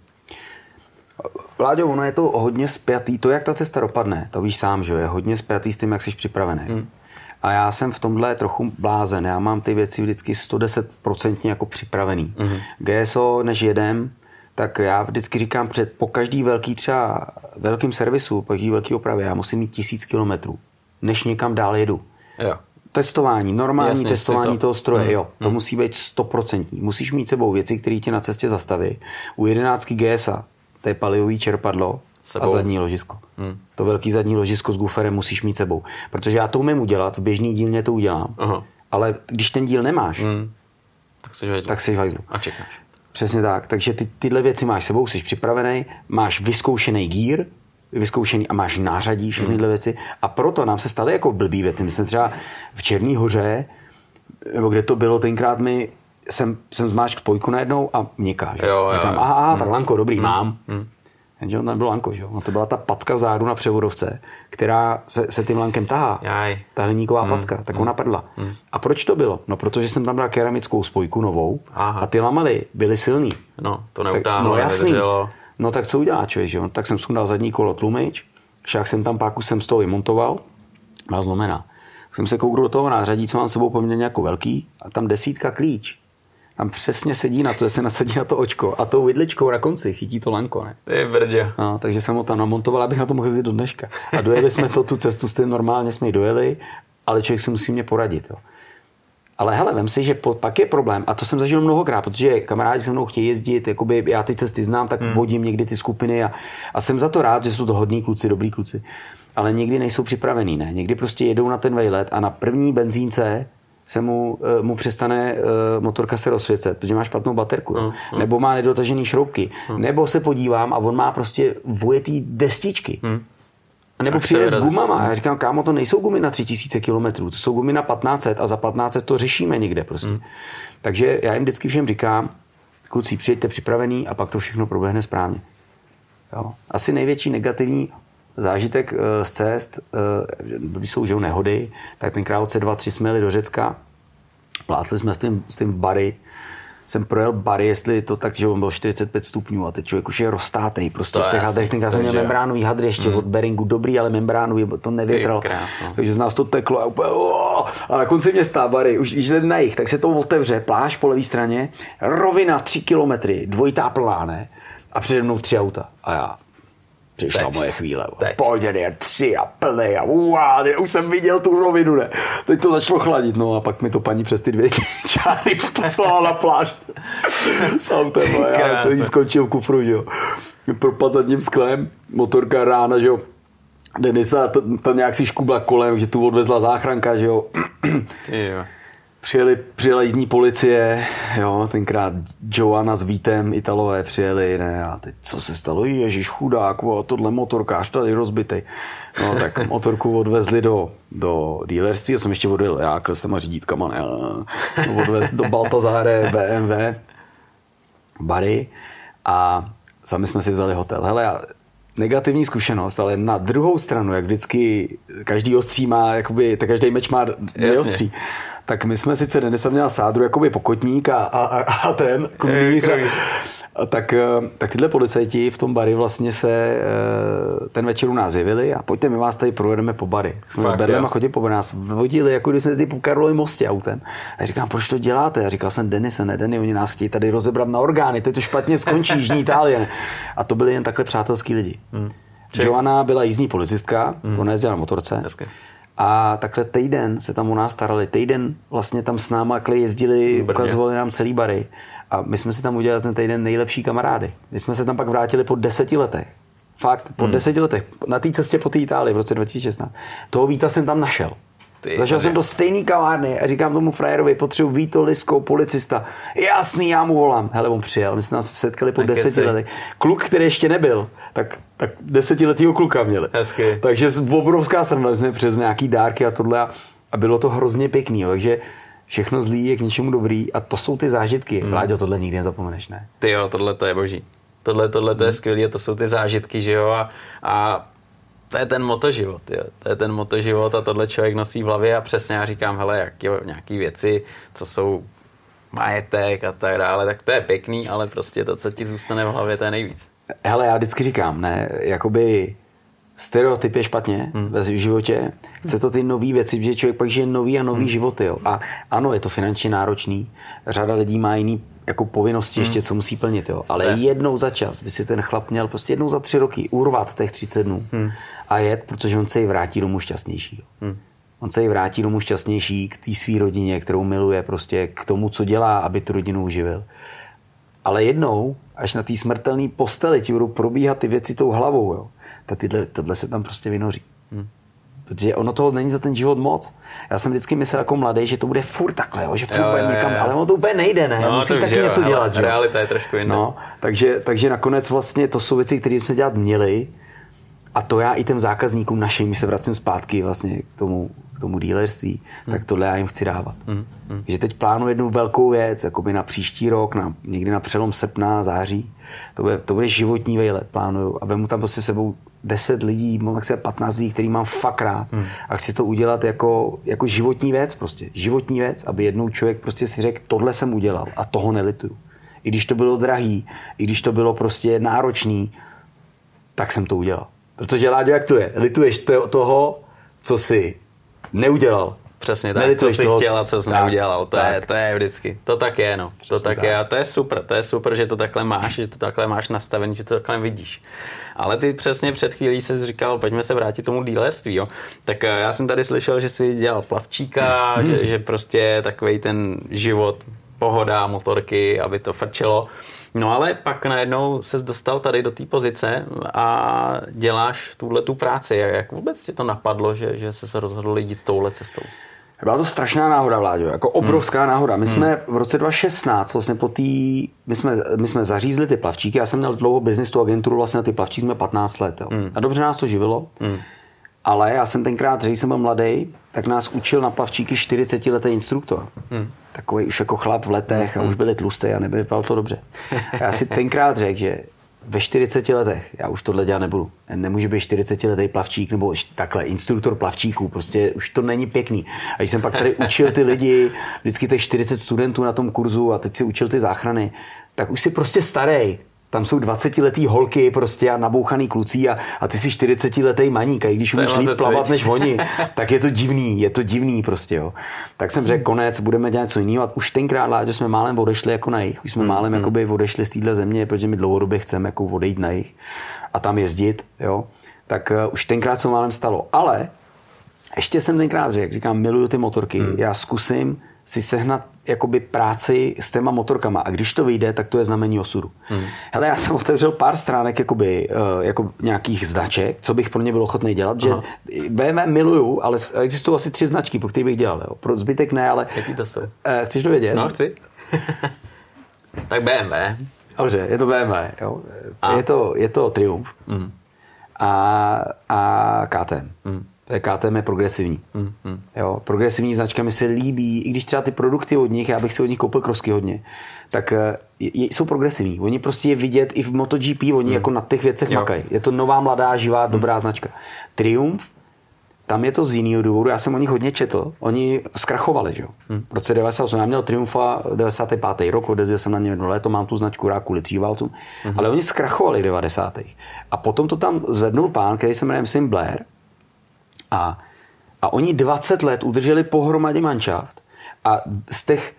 Vláďo, ono je to hodně spjatý, to jak ta cesta dopadne, to víš sám, že je hodně spjatý s tím, jak jsi připravený. Hmm. A já jsem v tomhle trochu blázen, já mám ty věci vždycky sto deset procent jako připravený. Hmm. G S O, než jedem, tak já vždycky říkám, před, po každý velký třeba velkým servisu, po každý velký opravě, já musím mít tisíc kilometrů, než někam dál jedu. Jo. Testování, normální Jasně, testování to. toho stroje, hmm. jo, to hmm. musí být stoprocentní. Musíš mít sebou věci, které tě na cestě zastaví. U jedenáctky G S A, to je palivový čerpadlo sebou. A zadní ložisko. Hmm. To velký zadní ložisko s guferem musíš mít sebou. Protože já to umím udělat, v běžný dílně to udělám, Aha. ale když ten díl nemáš, hmm. tak jsi hajzlu. Tak jsi hajzlu. A čekáš. Přesně tak, takže ty, tyhle věci máš sebou, jsi připravený, máš vyzkoušený gír, vyzkoušený a máš nářadí, všechny tyhle hmm. věci. A proto nám se staly jako blbý věci. Myslím třeba v Černý Hoře, nebo kde to bylo, tenkrát mi jsem, jsem zmáčkl spojku najednou a měkká. Že? Jo, jo, Říkám, jo. aha, aha tak lanko, dobrý, hmm. mám. Hmm. Jenže on tam byl lanko, že? No to byla ta packa vzadu na převodovce, která se, se tím lankem tahá. Jaj. Ta hliníková hmm. packa, tak hmm. ona padla. Hmm. A proč to bylo? No protože jsem tam dal keramickou spojku novou Aha. a ty lamaly byly silný. No, to neutáhlo, no jasný. Nevydrželo. No tak co udělá člověk, že? Tak jsem sundal zadní kolo tlumič, však jsem tam páku jsem z toho vymontoval, má zlomená. Tak jsem se koukl do toho nářadí, co mám s sebou poměrně jako velký, a tam desítka klíč. Tam přesně sedí na to, že se nasadí na to očko a tou vidličkou na konci chytí to lanko, ne? Ty brdě. No, takže jsem ho tam namontoval, abych na to mohl jezdit do dneška. A dojeli jsme to, tu cestu s tím normálně jsme ji dojeli, ale člověk si musí mě poradit, jo. Ale hele, vem si, že po, pak je problém, a to jsem zažil mnohokrát, protože kamarádi se mnou chtějí jezdit, jakoby já ty cesty znám, tak hmm. vodím někdy ty skupiny a, a jsem za to rád, že jsou to hodní kluci, dobrý kluci, ale někdy nejsou připravený, ne? Někdy prostě jedou na ten vejlet a na první benzínce se mu, mu přestane uh, motorka se rozsvěcet, protože má špatnou baterku, hmm. Hmm. nebo má nedotažený šroubky, hmm. nebo se podívám a on má prostě vojetý destičky. Hmm. A nebo přijde s gumama. A já říkám, kámo, to nejsou gumy na tři tisíce kilometrů, to jsou gumy na patnáct set a za patnáct set to řešíme někde prostě. Hmm. Takže já jim vždycky všem říkám, kluci, přijďte připravený a pak to všechno proběhne správně. Jo. Asi největší negativní zážitek uh, z cest, uh, když jsou že nehody, tak tenkrát v roce dva tři jsme jeli do Řecka, plátli jsme s tím, s tím v bary, jsem projel bary, jestli to tak, že on byl čtyřicet pět stupňů a teď člověk už je roztátej. Prostě to v těch hadrech, tenkrát jsem měl membránový hadry ještě mm. od Beringu, dobrý, ale membránový, to nevětral. Takže z nás to teklo a úplně oh! A na konci města bary, už když jde na jich, tak se to otevře, pláž po levé straně, rovina tři kilometry, dvojitá pláne a přede mnou tři auta. A já, přišla teď. Moje chvíle. Pojď, je tři a plnej a uá, už jsem viděl tu rovinu, ne. Teď to začalo chladit, no a pak mi to paní přes ty dvě čáry poslala na pláž s autem a já jsem jí skončil v kufru, že jo. Propad zadním sklem, motorka rána, že jo. Denisa, ta, ta nějak si škubla kolem, že tu odvezla záchranka, že jo. jo. Přijeli, přijela jízdní policie, jo, tenkrát Joanna s Vítem, Italové přijeli, ne, a teď co se stalo, ježiš chudák, o, tohle motorkář tady rozbitej. No tak motorku odvezli do, do dealerství, já jsem ještě odjel, já jsem a řídítkama, ne, odvezli do Baltazáre, bé em vé, bary a sami jsme si vzali hotel. Hele, já, negativní zkušenost, ale na druhou stranu, jak vždycky každý ostří má, jakoby, tak každý meč má dvě ostří. Tak my jsme sice Denisa měla sádru jakoby pokotník a, a, a ten kumíř. A tak, tak tyhle policajti v tom bary vlastně se ten večer u nás jevili a pojďte, my vás tady projedeme po bary. Tak jsme Fakt, s Berlem a chodili po bary. Nás vodili, jako když jsme jezdili po Karlově mostě autem. A já říkám, proč to děláte? Já říkal jsem, Denise, ne, Denny, oni nás chtějí tady rozebrat na orgány, teď to špatně skončí, Jižní Itálie. A to byli jen takhle přátelský lidi. Hmm. Joanna byla jízdní policistka, hmm. ona jezdila na motorce. Hezky. A takhle týden se tam u nás starali. Týden vlastně tam s náma jezdili, ukazovali nám celý bary. A my jsme si tam udělali ten týden nejlepší kamarády. My jsme se tam pak vrátili po deseti letech. Fakt, po hmm. deseti letech. Na té cestě po té Itálii v roce dva tisíce šestnáct. Toho Víta jsem tam našel. Ty, Zašel jsem do stejný kavárny a říkám tomu frajerovi, potřebuji Víto Lisko, policista. Jasný, já mu volám. Hele, on přijel, my jsme nás setkali po deseti letech. Kluk, který ještě nebyl, tak, tak desetiletýho kluka měli. Hezky. Takže obrovská sranda, jsme přes nějaký dárky a tohle a, a bylo to hrozně pěkný. Jo. Takže všechno zlý je k něčemu dobrý a to jsou ty zážitky. Hmm. Vláďo, tohle nikdy nezapomeneš, ne? Ty jo, tohle to je boží. Tohle, tohle to je hmm. skvělý a to jsou ty zážitky, že jo, a, a to je ten motoživot, jo. To je ten motoživot a tohle člověk nosí v hlavě a přesně já říkám, hele, jak jo, nějaký věci, co jsou majetek a tak dále, tak to je pěkný, ale prostě to, co ti zůstane v hlavě, to je nejvíc. Hele, já vždycky říkám, ne, jakoby stereotyp je špatně hmm. ve životě, chce to ty nový věci, že člověk pak žije nový a nový hmm. životy, jo. A ano, je to finančně náročný, řada lidí má jiný jako povinnosti hmm. ještě, co musí plnit, jo. Ale ne. jednou za čas by si ten chlap měl prostě jednou za tři roky urvat těch třicet dnů hmm. a jet, protože on se jí vrátí domů šťastnější. Jo. Hmm. On se jí vrátí domů šťastnější k té svý rodině, kterou miluje, prostě k tomu, co dělá, aby tu rodinu uživil. Ale jednou, až na té smrtelné posteli ti budou probíhat ty věci tou hlavou, jo, tak tyhle, tohle se tam prostě vynoří. Hmm. Protože ono toho není za ten život moc. Já jsem vždycky myslel jako mladý, že to bude furt takhle, jo, že furt bude někam, ale ono to úplně nejde, ne? No, musíš taky něco jo, dělat, že? Realita je trošku jiná. No, takže, takže nakonec vlastně to jsou věci, které jsme dělat měli a to já i těm zákazníkům našim, když se vracím zpátky vlastně k tomu, k tomu dealerství, hmm. tak tohle já jim chci dávat. Hmm. Hmm. Že teď plánuji jednu velkou věc, jakoby na příští rok, na, někdy na přelom srpna, září. To bude, to bude životní vejlet, plánuju. A vemu tam prostě sebou deset lidí, maximálně patnáct lidí, který mám fakt rád. Hmm. A chci to udělat jako, jako životní věc prostě. Životní věc, aby jednou člověk prostě si řekl, tohle jsem udělal a toho nelituju. I když to bylo drahý, i když to bylo prostě náročný, tak jsem to udělal. Protože, Láďo, jak to je? Lituješ toho, co jsi neudělal. Přesně tak, co jsi chtěl a co jsi tak, neudělal, to je, to je vždycky, to tak je, no, to tak, tak je a to je super, to je super, že to takhle máš, že to takhle máš nastavený, že to takhle vidíš. Ale ty přesně před chvílí jsi říkal, pojďme se vrátit tomu dealerství, jo. Tak já jsem tady slyšel, že jsi dělal plavčíka, hmm. že, že prostě takovej ten život, pohoda, motorky, aby to frčelo. No ale pak najednou ses dostal tady do té pozice a děláš tuhle tu práci. Jak vůbec tě to napadlo, že, že jsi se rozhodl jít touhle cestou? Byla to strašná náhoda, Vláďo, jako obrovská hmm. náhoda. My hmm. jsme v roce dva tisíce šestnáct vlastně po tý, my jsme, my jsme zařízli ty plavčíky, já jsem měl dlouho business, tu agenturu, vlastně na ty plavčíky jsme patnáct let. Jo. Hmm. A dobře nás to živilo, hmm. ale já jsem tenkrát, když jsem byl mladý, tak nás učil na plavčíky čtyřicetiletý instruktor. Hmm. Takový už jako chlap v letech a už byli tlustý a nevypadal to dobře. Já si tenkrát řekl, že ve čtyřiceti letech, já už tohle dělat nebudu. Nemůžu být čtyřicetiletý plavčík nebo takhle, instruktor plavčíků, prostě už to není pěkný. A když jsem pak tady učil ty lidi, vždycky těch čtyřicet studentů na tom kurzu a teď si učil ty záchrany, tak už si prostě starej. Tam jsou dvacetiletý holky prostě a nabouchaný kluci a, a ty jsi čtyřicetiletý maník a i když umíš líp plavat než oni, tak je to divný, je to divný prostě, jo. Tak jsem řekl, konec, budeme dělat něco jiného. A už tenkrát, Láďo, jsme málem odešli jako na jih. Už jsme hmm, málem hmm. jakoby odešli z téhle země, protože my dlouhodobě chceme jako odejít na jih a tam jezdit, jo. Tak uh, už tenkrát se málem stalo. Ale ještě jsem tenkrát řekl, říkám, miluju ty motorky, hmm. já zkusím si sehnat jakoby práci s těma motorkama a když to vyjde, tak to je znamení osudu. Hmm. Hele, já jsem otevřel pár stránek jakoby, uh, jako nějakých značek, co bych pro ně byl ochotný dělat, že bé em vé miluju, ale existují asi tři značky, po kterých bych dělal. Jo. Pro zbytek ne, ale... Jaký to jsou? Uh, chceš to vědět? No, chci. Tak bé em vé. Dobře, je to bé em vé. Jo. Je, to, je to Triumph hmm. a, a ká té em. Hmm. ká té em je progresivní. Mm, mm. Jo, progresivní značka mi se líbí, i když třeba ty produkty od nich, já bych si od nich koupil krosky hodně, tak je, jsou progresivní. Oni prostě je vidět i v MotoGP, oni mm. jako na těch věcech jo. makají. Je to nová, mladá, živá, mm. dobrá značka. Triumph, tam je to z jiného důvodu, já jsem o nich hodně četl, oni zkrachovali, že jo. Mm. V roce devadesát osm, já měl Triumpha devadesátý pátý rok, odjezdil jsem na ně jedno léto, mám tu značku rád kvůli tříválcům, mm. ale oni zkrachovali v devadesátých. A potom to tam zvednul pán, který se jmenuje Sim Blair, A, a oni dvacet let udrželi pohromadě manšaft a z těch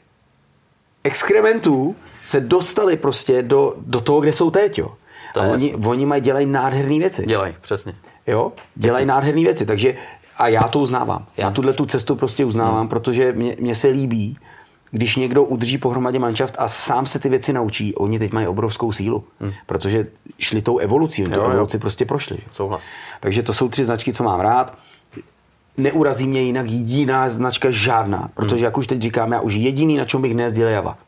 exkrementů se dostali prostě do, do toho, kde jsou teď. Jo. To a oni, oni mají dělají nádherné věci. Dělají, přesně. Jo, dělají nádherné věci, takže a já to uznávám. Já tuhle tu cestu prostě uznávám, hmm. protože mě, mě se líbí, když někdo udrží pohromadě manšaft a sám se ty věci naučí. Oni teď mají obrovskou sílu, hmm. protože šli tou evolucí, oni tu evoluci prostě prošli. Souhlas. Takže to jsou tři značky, co mám rád. Neurazí mě jinak jiná značka žádná, protože hmm. jak už teď říkám, já už jediný, na čem bych nejezdil, je Java.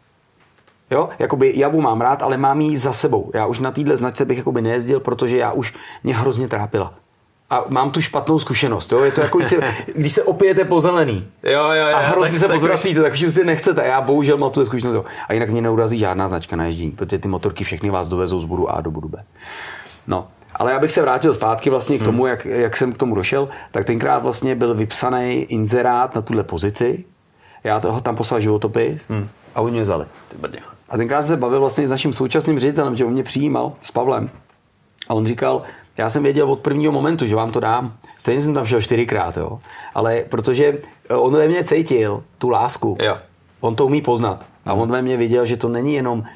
Jo, jakoby Javu mám rád, ale mám ji za sebou. Já už na téhle značce bych jakoby nejezdil, protože já už mě hrozně trápila. A mám tu špatnou zkušenost, jo? Je to jako, když se, když se opijete po zelený jo, jo, jo, a hrozně se tak, pozvracíte, tak už si nechcete. Já bohužel mám tu zkušenost. Jo. A jinak mě neurazí žádná značka na ježdění, protože ty motorky všechny vás dovezou z bodu A do bodu B. No. Ale abych se vrátil zpátky vlastně k tomu, hmm. jak, jak jsem k tomu došel, tak tenkrát vlastně byl vypsaný inzerát na tuhle pozici. Já toho tam poslal životopis hmm. a oni mě vzali. A tenkrát se bavil vlastně s naším současným ředitelem, že on mě přijímal s Pavlem. A on říkal, já jsem věděl od prvního momentu, že vám to dám. Stejně jsem tam šel čtyřikrát, jo. Ale protože on ve mně cítil tu lásku. Jo. On to umí poznat. A on ve mně viděl, že to není jenom uh,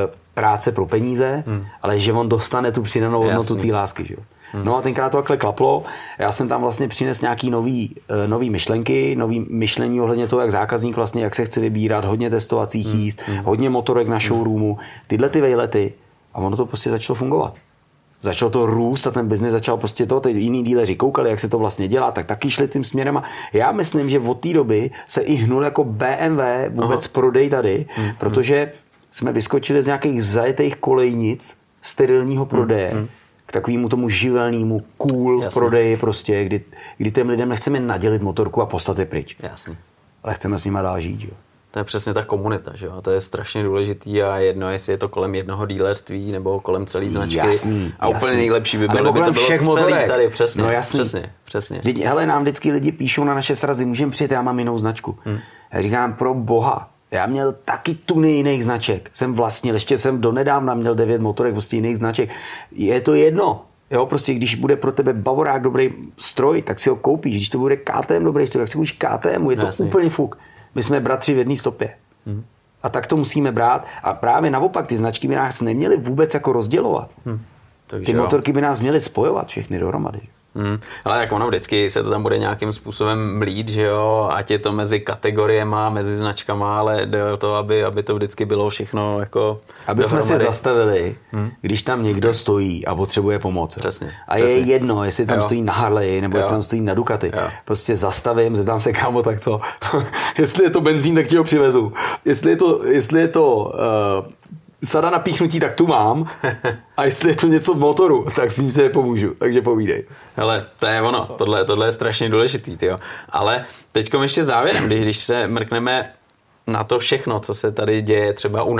práce pro peníze, hmm. ale že on dostane tu přidanou hodnotu té lásky. Že? Hmm. No a tenkrát to takhle klaplo. Já jsem tam vlastně přinesl nějaký nový, uh, nový myšlenky, nový myšlení ohledně toho, jak zákazník vlastně, jak se chce vybírat, hodně testovacích hmm. jízd, hmm. hodně motorek na showroomu, tyhle ty vejlety. A ono to prostě začalo fungovat. Začalo to růst a ten biznis začal prostě to, ty jiný díleři koukali, jak se to vlastně dělá, tak taky šli tím směrem a já myslím, že od té doby se i hnul jako bé em vé vůbec Aha. prodej tady, hmm. protože jsme vyskočili z nějakých zajetých kolejnic sterilního prodeje hmm. k takovému tomu živelnému cool Jasně. prodeji prostě, kdy, kdy těm lidem nechceme nadělit motorku a poslat je pryč. Jasně. Ale chceme s nima dál žít, jo. To je přesně ta komunita, že jo? A to je strašně důležitý a jedno, jestli je to kolem jednoho dílerství nebo kolem celé značky. Jasný, a úplně jasný. nejlepší by bylo, kdyby to bylo všech motorek. Tady, přesně, no jasný. přesně, přesně. Vždyť, hele, nám vždycky lidi píšou na naše srazy, můžeme přijet, já mám jinou značku. Hmm. Já říkám, pro boha, já měl taky tuny jiných značek. Jsem vlastnil, ještě jsem donedávna měl devět motorek prostě jiných značek. Je to jedno. Jo, prostě když bude pro tebe Bavorák dobrý stroj, tak si ho koupíš. Když to bude ká té em dobrý stroj, tak si koupíš ká té emu. Je to Jasný. úplně fuk. My jsme bratři v jedné stopě. Hmm. A tak to musíme brát. A právě naopak, ty značky by nás neměly vůbec jako rozdělovat. Hmm. Ty motorky by nás měly spojovat všechny dohromady. Hmm. Ale jak ono vždycky se to tam bude nějakým způsobem mlít, že jo, ať je to mezi kategoriema, mezi značkama, ale jde o to, aby, aby to vždycky bylo všechno jako aby dohromady. Jsme si zastavili, hmm. když tam někdo stojí a potřebuje pomoc. Přesně. A přesně. je jedno, jestli tam jo. stojí na Harley, nebo jo. jestli tam stojí na Ducati. Jo. Prostě zastavím, zeptám se, kámo, tak co? Jestli je to benzín, tak ti ho přivezu. Jestli je to, jestli je to uh, sada na píchnutí, tak tu mám. A jestli je to něco v motoru, tak s ním se nepomůžu. Takže povídej. Hele, to je ono. Tohle, tohle je strašně důležitý, tyjo. Ale teďkom ještě závěrem, když, když se mrkneme na to všechno, co se tady děje třeba u nás,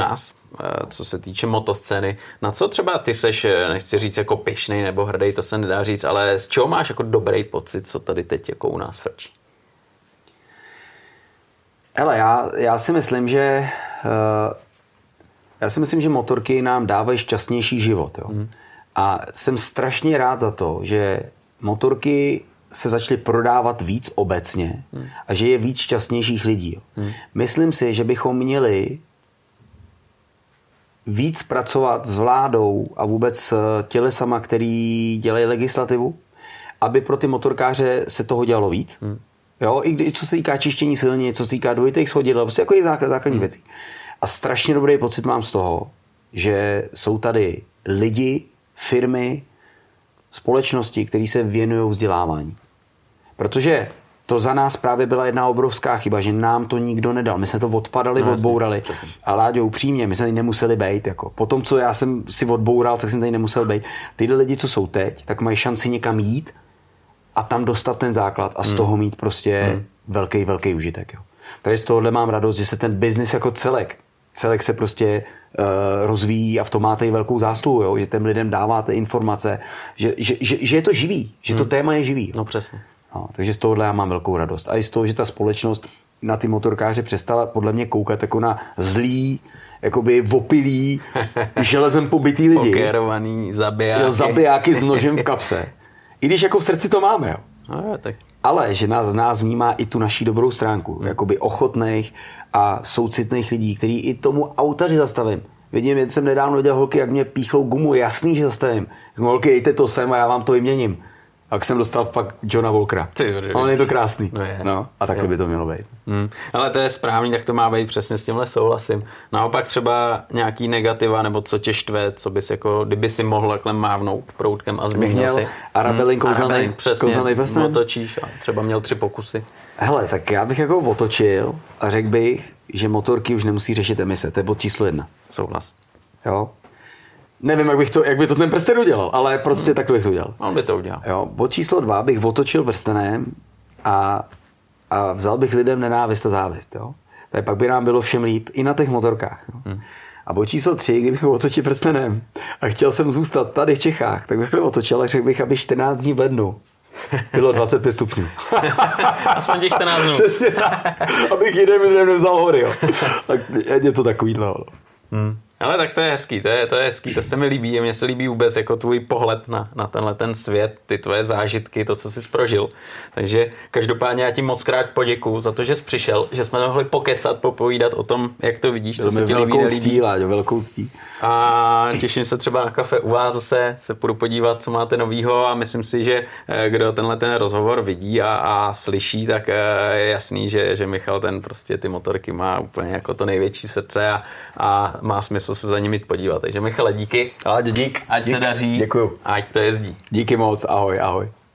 co se týče motoscény. Na co třeba ty seš, nechci říct jako pyšnej nebo hrdý, to se nedá říct, ale z čeho máš jako dobrý pocit, co tady teď jako u nás frčí? Hele, já, já si myslím, že uh, já si myslím, že motorky nám dávají šťastnější život. Jo? Mm. A jsem strašně rád za to, že motorky se začaly prodávat víc obecně mm. a že je víc šťastnějších lidí. Jo? Mm. Myslím si, že bychom měli víc pracovat s vládou a vůbec s tělesama, který dělají legislativu, aby pro ty motorkáře se toho dělalo víc. Mm. Jo, i když co se týká čištění silnic, co se týká dvojitých schodidel, prostě jako je základ, základní hmm. věcí. A strašně dobrý pocit mám z toho, že jsou tady lidi, firmy, společnosti, které se věnují vzdělávání. Protože to za nás právě byla jedna obrovská chyba, že nám to nikdo nedal. My jsme to odpadali, no, odbourali. Jasně, a Láďo, upřímně, my jsme tady nemuseli být. Jako. Po tom, co já jsem si odboural, tak jsem tady nemusel být. Tyhle lidi, co jsou teď, tak mají šanci někam jít a tam dostat ten základ a z toho mít prostě hmm. velký, velký užitek. Jo. Takže z tohohle mám radost, že se ten biznis jako celek, celek se prostě uh, rozvíjí a v tom máte i velkou zásluhu, jo, že těm lidem dáváte informace, že, že, že, že je to živý, že hmm. to téma je živý. Jo. No přesně. No, takže z tohohle já mám velkou radost. A i z toho, že ta společnost na ty motorkáře přestala podle mě koukat jako na zlý, jakoby opilý, železem pobytý lidi. Pokérovaný zabijáky. Jo, zabijáky s nožem v kapse. I když jako v srdci to máme, jo. No, tak. Ale že nás, nás vnímá i tu naší dobrou stránku, hmm. jakoby ochotných a soucitných lidí, který i tomu autaři zastavím. Vidím, že jsem nedávno viděl holky, jak mě píchlou gumu, jasný, že zastavím. Holky, dejte to sem a já vám to vyměním. A jak jsem dostal pak Johna Walkera. A on je to krásný. No, je. No a takhle je. By to mělo být. Hmm. Ale to je správný, tak to má být, přesně s tímhle souhlasím. Naopak třeba nějaký negativa, nebo co tě štve, co bys jako, kdyby si mohl takhle mávnout proutkem a změnil si. Arabelin hmm. kouzelnej, kouzelnej prsten. Otočíš a třeba měl tři pokusy. Hele, tak já bych jako otočil a řekl bych, že motorky už nemusí řešit emise. To je bod číslo jedna. Souhlas. Jo. Nevím, jak, bych to, jak by to ten prsten udělal, ale prostě hmm. takhle bych to udělal. On by to udělal. Jo, bod číslo dva bych otočil prstenem a, a vzal bych lidem nenávist a závist. Jo. Tak pak by nám bylo všem líp i na těch motorkách. Jo. Hmm. A bod číslo tři, kdybych ho otočil prstenem a chtěl jsem zůstat tady v Čechách, tak bych ho otočil a řekl bych, aby čtrnáct dní v lednu bylo dvacet pět stupňů. Aspoň těch čtrnáct dnů. Přesně tak. Abych jeden den nevzal hory. Jo. Tak něco takového. Hmm. Ale tak to je hezký, to je, to je hezký, to se mi líbí a mně se líbí vůbec jako tvůj pohled na, na tenhle ten svět, ty tvoje zážitky, to, co jsi prožil. Takže každopádně já ti moc krát poděkuju za to, že jsi přišel, že jsme mohli pokecat, popovídat o tom, jak to vidíš, co se ti líbí, nelíbí. Láďo, velkou ctí. A těším se třeba na kafe u vás zase, se půjdu podívat, co máte novýho a myslím si, že kdo tenhle ten rozhovor vidí a, a slyší, tak je jasný, že, že Michal ten prostě ty motorky má úplně jako to největší srdce a, a má smysl se za nimi jít podívat. Takže Michale, díky. Láďo, dík. Ať dík. se daří. Děkuju. Ať to jezdí. Díky moc. Ahoj, ahoj.